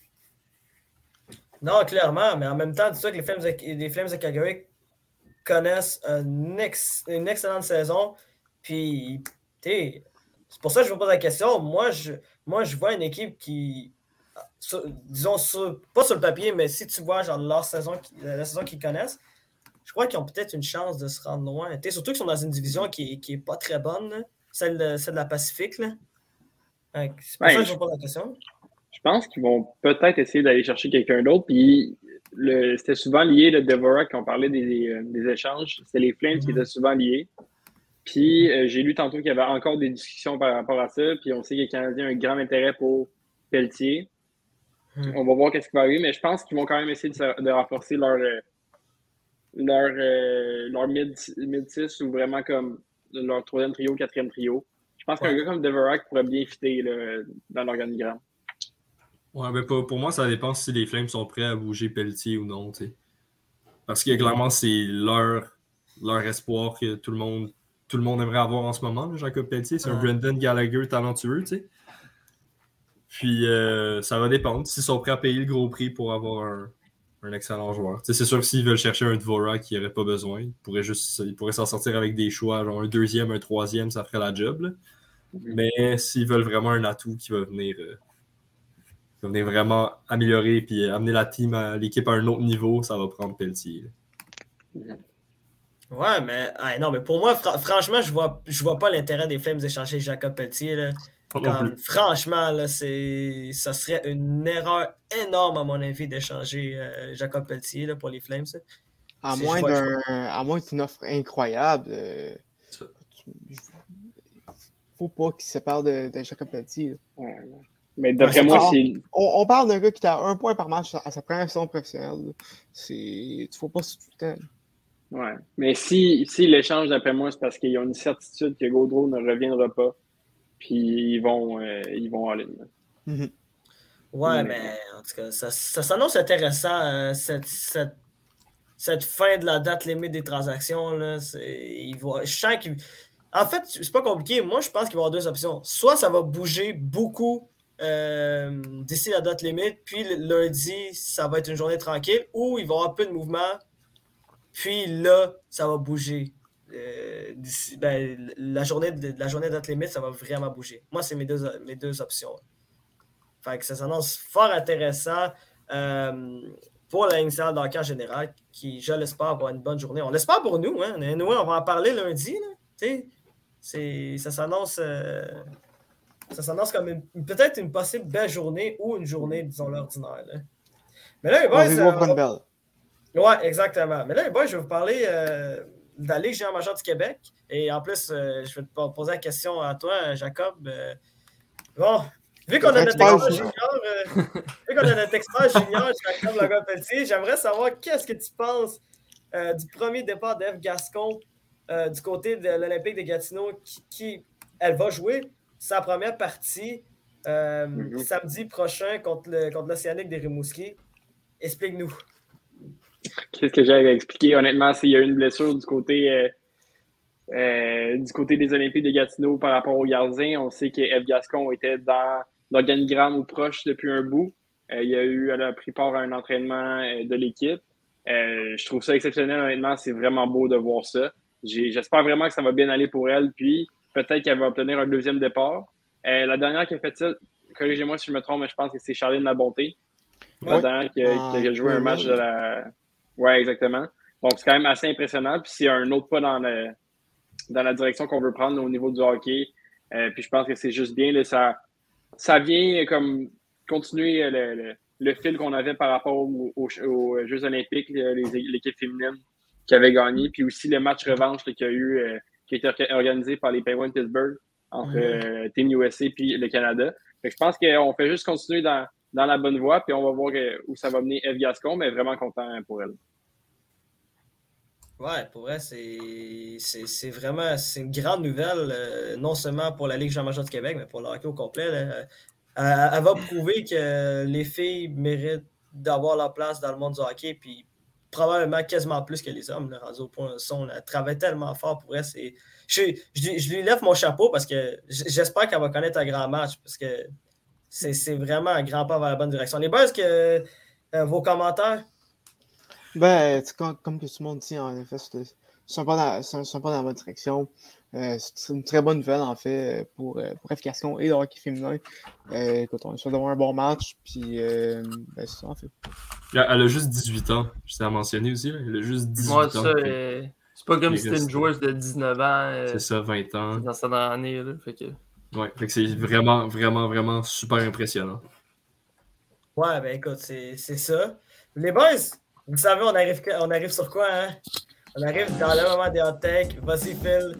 Non, clairement, mais en même temps, dis-toi que les Flames de, les Flames de Calgary connaissent un ex, une excellente saison. Puis, tu c'est pour ça que je vous pose la question. Moi, je, moi, je vois une équipe qui, sur, disons, sur, pas sur le papier, mais si tu vois genre leur saison, la saison qu'ils connaissent, je crois qu'ils ont peut-être une chance de se rendre loin. T'sais, surtout qu'ils sont dans une division qui n'est qui est pas très bonne, là, celle, de, celle de la Pacifique. Là. C'est pour ouais, ça que je vous pose la question. Je pense qu'ils vont peut-être essayer d'aller chercher quelqu'un d'autre. Puis le, c'était souvent lié, le Dvorak, quand on parlait des, des échanges, c'était les Flames mm-hmm. qui étaient souvent liés. Puis euh, j'ai lu tantôt qu'il y avait encore des discussions par rapport à ça. Puis on sait que les Canadiens ont un grand intérêt pour Pelletier. Mm-hmm. On va voir qu'est-ce qui va arriver, mais je pense qu'ils vont quand même essayer de, de renforcer leur, leur, euh, leur mid-six mid ou vraiment comme leur troisième trio, quatrième trio. Je pense ouais. qu'un gars comme Dvorak pourrait bien fitter là, dans l'organigramme. Ouais, mais pour, pour moi, ça dépend si les Flames sont prêts à bouger Pelletier ou non. T'sais. Parce que clairement, c'est leur, leur espoir que tout le monde tout le monde aimerait avoir en ce moment, là, Jacob Pelletier. C'est ouais. un Brendan Gallagher talentueux. T'sais. Puis euh, ça va dépendre s'ils sont prêts à payer le gros prix pour avoir un, un excellent joueur. T'sais, c'est sûr que s'ils veulent chercher un Dvorak qui n'aurait pas besoin, ils pourraient, juste, ils pourraient s'en sortir avec des choix, genre un deuxième, un troisième, ça ferait la job. Là. Mais s'ils veulent vraiment un atout qui va venir, euh, qui va venir vraiment améliorer et amener la team à l'équipe à un autre niveau, ça va prendre Pelletier. Là. Ouais, mais ah, non, mais pour moi, fra- franchement, je vois, je vois pas l'intérêt des Flames d'échanger Jacob Pelletier. Là. Comme, franchement, là, c'est, ça serait une erreur énorme, à mon avis, d'échanger euh, Jacob Pelletier là, pour les Flames. À moins, d'un, à moins d'une offre incroyable. Euh, faut pas qu'il se sépare de, de Jacob Pelletier. Ouais, mais d'après moi, on, c'est... On, on parle d'un gars qui a un point par match à sa première saison professionnelle. C'est... Il faut pas se tout le temps. Ouais. Mais si, si l'échange, d'après moi, c'est parce qu'ils ont une certitude que Gaudreau ne reviendra pas. Puis ils vont, euh, ils vont en ligne. Mm-hmm. Ouais, mais... mais en tout cas, ça, ça s'annonce intéressant, euh, cette, cette, cette fin de la date limite des transactions. Là, c'est, ils vont, je sens qu'ils... En fait, c'est pas compliqué. Moi, je pense qu'il va y avoir deux options. Soit ça va bouger beaucoup euh, d'ici la date limite, puis le lundi, ça va être une journée tranquille, ou il va y avoir peu de mouvement, puis là, ça va bouger. Euh, d'ici, ben, la journée de la journée de date limite, ça va vraiment bouger. Moi, c'est mes deux, mes deux options. Fait que ça s'annonce fort intéressant euh, pour la Ligue nationale de hockey en général, qui, je l'espère, va avoir une bonne journée. On l'espère pour nous. Hein. Nous, on va en parler lundi. Là, c'est, ça s'annonce euh, ça s'annonce comme une, peut-être une possible belle journée ou une journée, disons, l'ordinaire. Là. Mais là, les boys, On euh, va belle. Ouais, exactement. Mais là, les boys, je vais vous parler euh, de la Ligue junior majeure du Québec. Et en plus, euh, je vais te poser la question à toi, Jacob. Euh, bon, vu qu'on a notre expert junior, euh, vu qu'on a notre expert junior, Jacob Legault-Pelletier, j'aimerais savoir qu'est-ce que tu penses euh, du premier départ d'Eve Gascon euh, du côté de l'Olympique de Gatineau qui, qui, elle va jouer sa première partie euh, mm-hmm. samedi prochain contre, le, contre l'Océanique des Rimouski. Explique-nous. Qu'est-ce que j'ai à expliquer? Honnêtement, s'il y a une blessure du côté, euh, euh, du côté des Olympiques de Gatineau par rapport aux gardiens, on sait qu'Eve Gascon était dans l'organigramme ou proche depuis un bout. Euh, il y a eu, elle a pris part à un entraînement euh, de l'équipe. Euh, je trouve ça exceptionnel, honnêtement. C'est vraiment beau de voir ça. J'ai, j'espère vraiment que ça va bien aller pour elle. Puis, peut-être qu'elle va obtenir un deuxième départ. Euh, la dernière qui a fait ça, corrigez-moi si je me trompe, mais je pense que c'est Charline Labonté. La ouais. dernière qui a, qui a joué ah, un match de la... Oui, exactement. Donc, c'est quand même assez impressionnant. Puis, c'est un autre pas dans, le, dans la direction qu'on veut prendre au niveau du hockey. Euh, puis, je pense que c'est juste bien. Là, ça, ça vient comme continuer le, le, le fil qu'on avait par rapport aux, aux, aux Jeux olympiques, les, l'équipe féminine qui avait gagné. Puis aussi le match revanche là, qu'il y a eu, euh, qui a été organisé par les Penguins de Pittsburgh entre mm-hmm. euh, Team U S A et le Canada. Fait que je pense qu'on fait juste continuer dans, dans la bonne voie. Puis on va voir où ça va mener Eve Gascon, mais vraiment content pour elle. Ouais, pour vrai, c'est, c'est, c'est vraiment c'est une grande nouvelle, euh, non seulement pour la Ligue junior majeure du Québec, mais pour le hockey au complet. Là. Euh, elle va prouver que les filles méritent d'avoir leur place dans le monde du hockey, puis probablement quasiment plus que les hommes, là, rendus au point où sont. Elle travaille tellement fort pour elle. C'est, je, je, je lui lève mon chapeau parce que j'espère qu'elle va connaître un grand match, parce que c'est, c'est vraiment un grand pas vers la bonne direction. Les boys, que euh, vos commentaires? Ben, comme, comme que tout le monde dit, en effet, c'est, c'est, un, pas dans, c'est, un, c'est un pas dans la bonne direction. Euh, c'est une très bonne nouvelle, en fait, pour, pour Eve Gascon et le hockey féminin. Euh, écoute, on est sûr d'avoir un bon match, puis euh, ben, c'est ça, en fait. Elle a juste dix-huit ans, je t'ai mentionné aussi. Là. Elle a juste dix-huit Moi, ans. Ça, euh, c'est pas comme si c'était une joueuse de dix-neuf ans. Euh, c'est ça, vingt ans. Dans sa dernière année, là, fait que... Ouais, fait que c'est vraiment, vraiment, vraiment super impressionnant. Ouais, ben écoute, c'est, c'est ça. Les boys, vous savez, on arrive, on arrive sur quoi, hein? On arrive dans le moment des hot takes. Vas-y, Phil.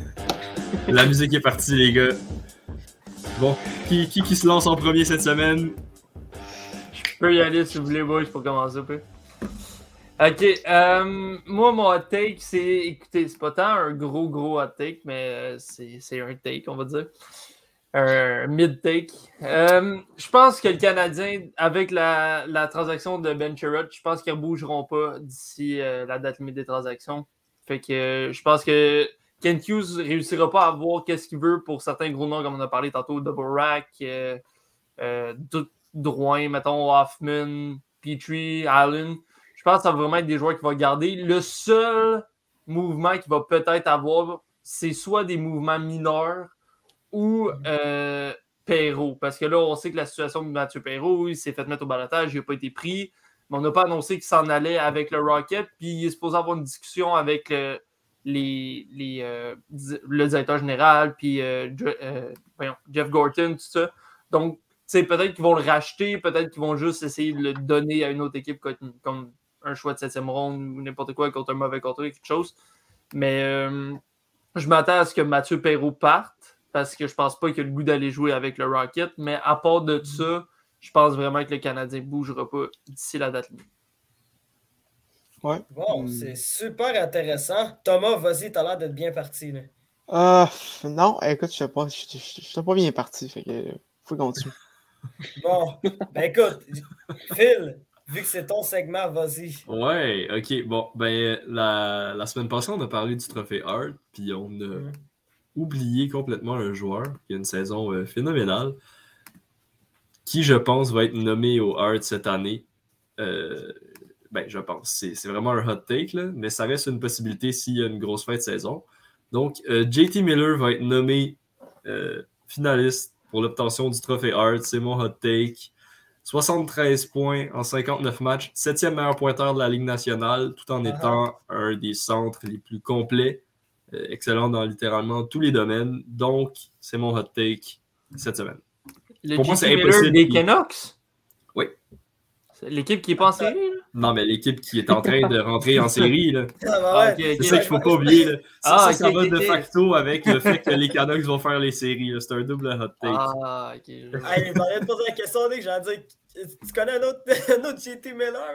La musique est partie, les gars. Bon, qui, qui, qui se lance en premier cette semaine? Je peux y aller si vous voulez, boys, pour commencer un peu. Ok, euh, moi, mon hot take, c'est... Écoutez, c'est pas tant un gros, gros hot take, mais c'est, c'est un take, on va dire. Un mid-take. Euh, je pense que le Canadien, avec la, la transaction de Ben Chirrut, je pense qu'ils ne bougeront pas d'ici euh, la date limite des transactions. Fait que euh, je pense que Kent Hughes ne réussira pas à avoir qu'est-ce qu'il veut pour certains gros noms, comme on a parlé tantôt, Dvorak, euh, euh, Drouin, mettons, Hoffman, Petrie, Allen. Je pense que ça va vraiment être des joueurs qu'il va garder. Le seul mouvement qu'il va peut-être avoir, c'est soit des mouvements mineurs ou euh, Perreault. Parce que là, on sait que la situation de Mathieu Perreault, il s'est fait mettre au balotage, il n'a pas été pris. Mais on n'a pas annoncé qu'il s'en allait avec le Rocket. Puis il est supposé avoir une discussion avec le, les, les, euh, le directeur général, puis euh, euh, voyons, Jeff Gorton, tout ça. Donc, peut-être qu'ils vont le racheter, peut-être qu'ils vont juste essayer de le donner à une autre équipe comme, comme un choix de septième ronde ou n'importe quoi contre un mauvais contrat, quelque chose. Mais euh, je m'attends à ce que Mathieu Perreault parte, parce que je pense pas qu'il a le goût d'aller jouer avec le Rocket, mais à part de ça, je pense vraiment que le Canadien ne bougera pas d'ici la date limite. Ouais. Bon, mm. c'est super intéressant. Thomas, vas-y, t'as l'air d'être bien parti. Là. Euh, non, écoute, je ne suis pas bien parti, fait que faut continuer. Bon, ben écoute, Phil, vu que c'est ton segment, vas-y. Ouais, ok, bon, ben la, la semaine passée, on a parlé du trophée Hart, puis on a mm. oublié complètement un joueur qui a une saison euh, phénoménale, qui, je pense, va être nommé au Hart cette année. Euh, ben, je pense. C'est, c'est vraiment un hot take, là, mais ça reste une possibilité s'il y a une grosse fin de saison. Donc, euh, J T Miller va être nommé euh, finaliste pour l'obtention du trophée Hart. C'est mon hot take. soixante-treize points en cinquante-neuf matchs. Septième meilleur pointeur de la Ligue nationale, tout en étant uh-huh. un des centres les plus complets Euh, excellent dans littéralement tous les domaines. Donc, c'est mon hot take cette semaine. Le Pour moi, J T c'est Miller impossible des qu'il- Canucks? Oui. C'est l'équipe qui est pas en série, là? Non, mais l'équipe qui est en train de rentrer en série, là. Ah, bah Ah, ouais. ok, ok. C'est ça qu'il ne faut pas oublier. Là. Ça, Ah, ça, ça ok, va ok, de ok. facto avec le fait que les Canucks vont faire les séries. là. C'est un double hot take. Ah, ok. je vois. Hey, j'allais te poser la question, Nick, j'allais dire, tu connais un autre, un autre J T Miller,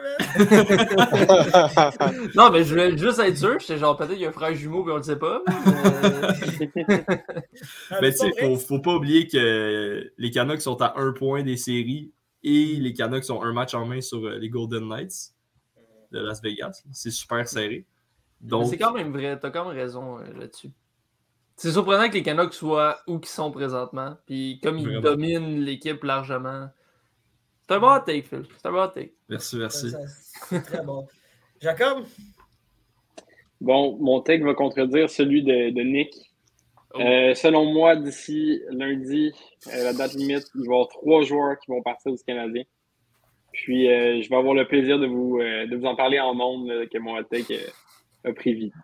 man? Non, mais je voulais juste être sûr. J'étais genre, peut-être qu'il y a un frère jumeau, puis on le sait pas. mais- Ah, Mais c'est tu sais, pas il vrai? ne faut pas oublier que les Canucks sont à un point des séries et les Canucks ont un match en main sur euh, les Golden Knights de Las Vegas. C'est super serré. Mais Donc, c'est quand même vrai, t'as quand même raison euh, là-dessus. C'est surprenant que les Canucks soient où qu'ils sont présentement. Puis comme ils Vraiment. dominent l'équipe largement. C'est un bon hot take, Phil. C'est un bon hot take. merci, merci. Ça, C'est très bon. Jacob? Bon, mon take va contredire celui de, de Nick. Oh. Euh, selon moi, d'ici lundi, euh, la date limite, il va y avoir trois joueurs qui vont partir du Canadien. Puis, euh, je vais avoir le plaisir de vous, euh, de vous en parler en monde là, que mon hot take euh, a pris vie.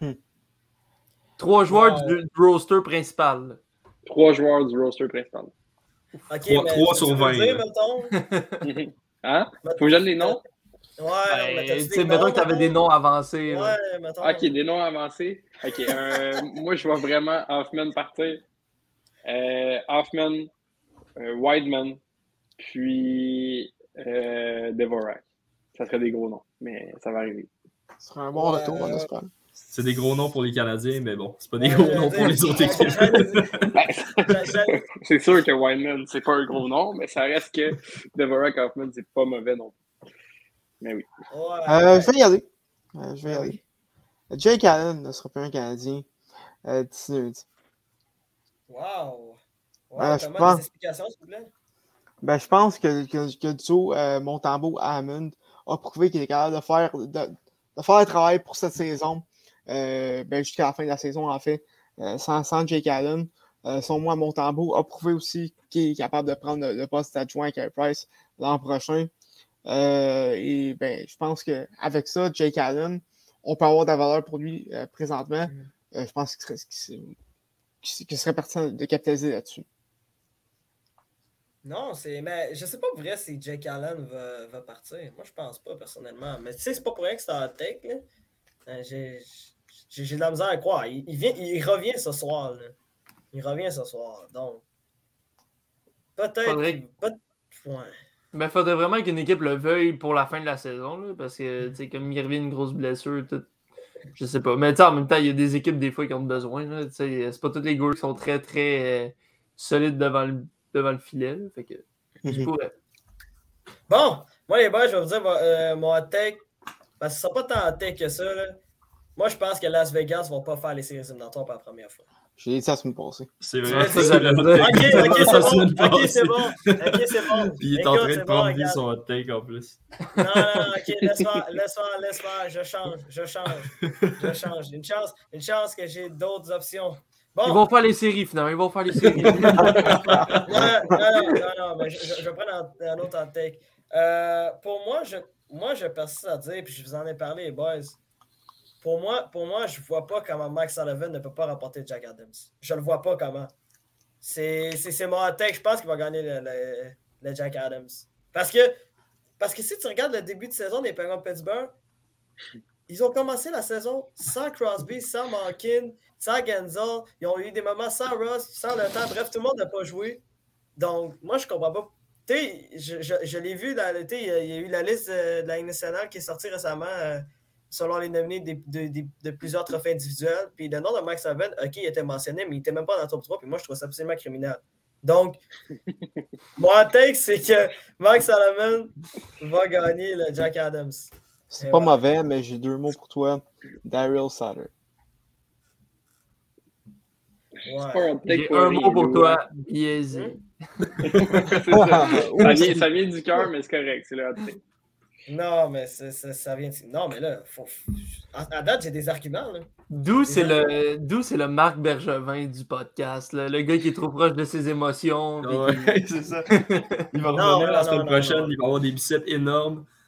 Trois joueurs Ouais. du, du roster principal. là. Trois joueurs du roster principal. Ok, Trois- mais trois tu sur veux vingt, dire, là. mettons? Hein? Faut que je donne les noms? Ouais, mais Ben, t'as-tu tu des sais, mettons noms, que t'avais mettons? des noms avancés. là. Ouais, mettons. Ok, des noms avancés. Ok, euh, moi, je vois vraiment Hoffman partir. Euh, Hoffman, euh, Wideman, puis euh, Devorak. Ça serait des gros noms, mais ça va arriver. Ce serait un bon Ouais, retour, on ouais. espère. C'est des gros noms pour les Canadiens, mais bon, c'est pas des Ouais, gros j'allais noms pour dire- les autres j'allais équipes. dire- Ben, j'allais- c'est sûr que Wideman, c'est pas un gros nom, mais ça reste que Devorak Hoffman, c'est pas mauvais non plus. Mais oui. Ouais, Euh, ouais. je vais y aller. Euh, je vais y Ah aller. Jake Allen ne sera plus un Canadien euh, d'ici lundi. Wow. Wow, Euh, je Thomas, pense- des explications, s'il vous plaît? Ben, je pense que, que, que le duo euh, Montembeault-Hammond a prouvé qu'il est capable de faire, de, de faire le travail pour cette saison. Euh, ben, jusqu'à la fin de la saison, en fait, euh, sans, sans Jake Allen. Euh, son moi, Montembeault a prouvé aussi qu'il est capable de prendre le, le poste d'adjoint à Carey Price l'an prochain. Euh, et ben, je pense qu'avec ça, Jake Allen, on peut avoir de la valeur pour lui euh, présentement. Euh, je pense qu'il serait, qu'il serait, qu'il serait pertinent de capitaliser là-dessus. Non, c'est. Mais je sais pas pour vrai si Jake Allen va, va partir. Moi, je pense pas, personnellement. Mais tu sais, c'est pas pour rien que c'est en tech, là. Euh, J'ai j'ai- j'ai de la misère à croire. Il, il vient, il revient ce soir, là. Il revient ce soir. Donc. Peut-être. Faudrait qu'il- peut- ouais. Mais faudrait vraiment qu'une équipe le veuille pour la fin de la saison. Là, parce que, tu sais, comme il revient une grosse blessure, tout. Je sais pas. Mais tu sais, en même temps, il y a des équipes des fois qui ont besoin. Là, tu sais, c'est pas tous les gars qui sont très, très euh, solides devant le, devant le filet. Là, fait que. Je pourrais. Bon, moi, les boys, je vais vous dire euh, mon hot take. Parce que ce sera pas tant hot take que ça, là. Moi, je pense que Las Vegas vont pas faire les séries éliminatoires pour la première fois. J'ai dit ça la semaine passée. C'est Ouais, vrai, c'est c'est ça, le hot j'allais take. Ok, ok, La c'est bon. semaine Ok, passée. c'est bon. Ok, c'est bon. Puis il est en Écoute, train c'est de bon, prendre lui regarde. son hot take en plus. Non, non, non, ok, laisse faire, laisse faire, laisse faire. Je change, je change, je change. Une chance, une chance que j'ai d'autres options. Bon. Ils vont faire les séries, finalement. Ils vont faire les séries. non, non, non, non, non, mais je, je, je vais prendre un, un autre hot take. Euh, pour moi, je, moi, je persiste à dire, puis je vous en ai parlé, les boys. Pour moi, pour moi, je ne vois pas comment Mike Sullivan ne peut pas remporter Jack Adams. Je ne le vois pas comment. C'est, c'est, c'est mon hot take. Je pense qu'il va gagner le, le, le Jack Adams. Parce que, parce que si tu regardes le début de saison des Penguins de Pittsburgh, ils ont commencé la saison sans Crosby, sans Malkin, sans Genzel. Ils ont eu des moments sans Ross, sans le temps. Bref, tout le monde n'a pas joué. Donc, moi, je comprends pas. Tu sais, je, je, je l'ai vu, dans, il y a eu la liste de, de la Ligue nationale qui est sortie récemment euh, selon les nominés de, de, de, de plusieurs trophées individuels. Puis le nom de Mike Sullivan, OK, il était mentionné, mais il n'était même pas dans le top trois. Puis moi, je trouve ça absolument criminel. Donc, mon take, c'est que Mike Sullivan va gagner le Jack Adams. C'est Et pas voilà. mauvais, mais j'ai deux mots pour toi. Daryl Sutter. C'est pas Ouais. un hot take J'ai pour un rien, mot pour Lou, toi, hein. biaisé. C'est ça. Ça vient, ça vient du cœur, mais c'est correct. C'est le hot take. Non, mais c'est, c'est, ça vient. Non, mais là, faut... à, à date, j'ai des arguments. Là. D'où c'est le, d'où c'est le Marc Bergevin du podcast, là. Le gars qui est trop proche de ses émotions. puis qui- Ouais, c'est ça. Il va Non, revenir non, la non, semaine non, prochaine, non. il va avoir des biceps énormes.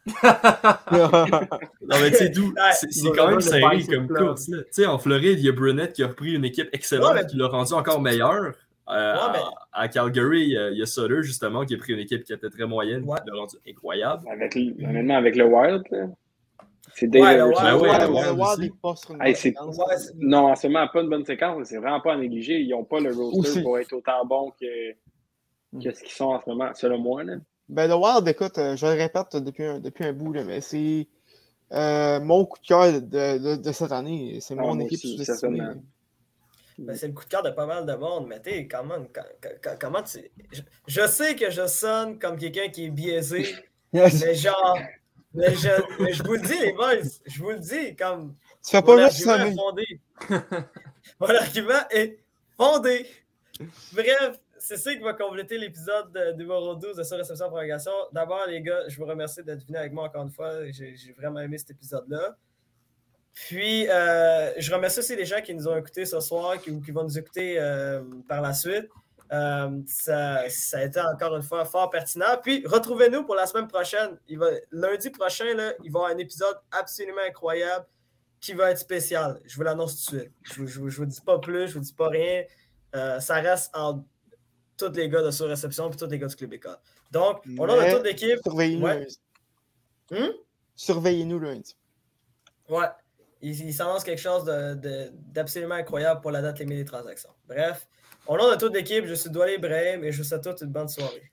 Non, mais tu sais, d'où, Ouais, c'est c'est il va quand même vraiment serré le comme bicycle, course. là. Tu sais, en Floride, il y a Brunette qui a repris une équipe excellente, Ouais, mais- qui l'a rendu encore meilleur. Euh, Ouais, mais- à, à Calgary, il y a- il y a Sutter, justement, qui a pris une équipe qui était très moyenne, Ouais. qui l'a rendu incroyable. Avec, le- honnêtement, avec le Wild, là, c'est Ouais, Dave le Everson. Ben Wild, ouais, Ouais, le ouais, Wild le Wild aussi. est pas sur une Hey, bonne c'est- séquence. Ouais, c'est- Non, en ce moment, pas une bonne séquence, c'est vraiment pas à négliger. Ils n'ont pas le roster Aussi. pour être autant bons que, que ce qu'ils sont en ce moment, selon moi. Là. Ben, le Wild, écoute, euh, je le répète depuis un, depuis un bout, là, mais c'est euh, mon coup de cœur de, de, de cette année. C'est Ah, mon moi équipe aussi, sous-estimée. certainement. Ben, c'est le coup de cœur de pas mal de monde, mais tu sais, comment, quand- quand- comment tu. Je, je sais que je sonne comme quelqu'un qui est biaisé, mais genre. Mais je, mais je vous le dis, les boys, je vous le dis, comme. Tu fais Mon pas juste argument est sonner. fondé. Mon argument est fondé. Bref, c'est ça qui va compléter l'épisode de- numéro douze de Sur-Réception en Prolongation. D'abord, les gars, je vous remercie d'être venus avec moi encore une fois. J'ai j'ai vraiment aimé cet épisode-là. Puis, euh, je remercie aussi les gens qui nous ont écoutés ce soir qui, ou qui vont nous écouter euh, par la suite. Euh, ça, ça a été encore une fois fort pertinent. Puis, retrouvez-nous pour la semaine prochaine. Il va, lundi prochain, là, il va y avoir un épisode absolument incroyable qui va être spécial. Je vous l'annonce tout de suite. Je ne vous, vous dis pas plus, je vous dis pas rien. Euh, ça reste en tous les gars de Sur-Réception et tous les gars du Club École. Donc, on a Mais toute l'équipe. Surveillez-nous Ouais. lundi. Hum? Surveillez-nous lundi. Ouais. Il, il s'annonce quelque chose de, de, d'absolument incroyable pour la date limite des transactions. Bref, au nom de toute l'équipe, je suis Doualé Ibrahim et je vous souhaite toute une bonne soirée.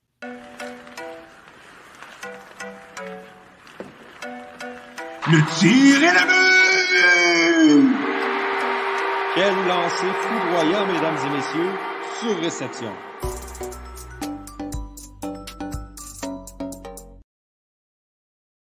Le tir est le but! Quel lancer foudroyant, mesdames et messieurs, sur réception.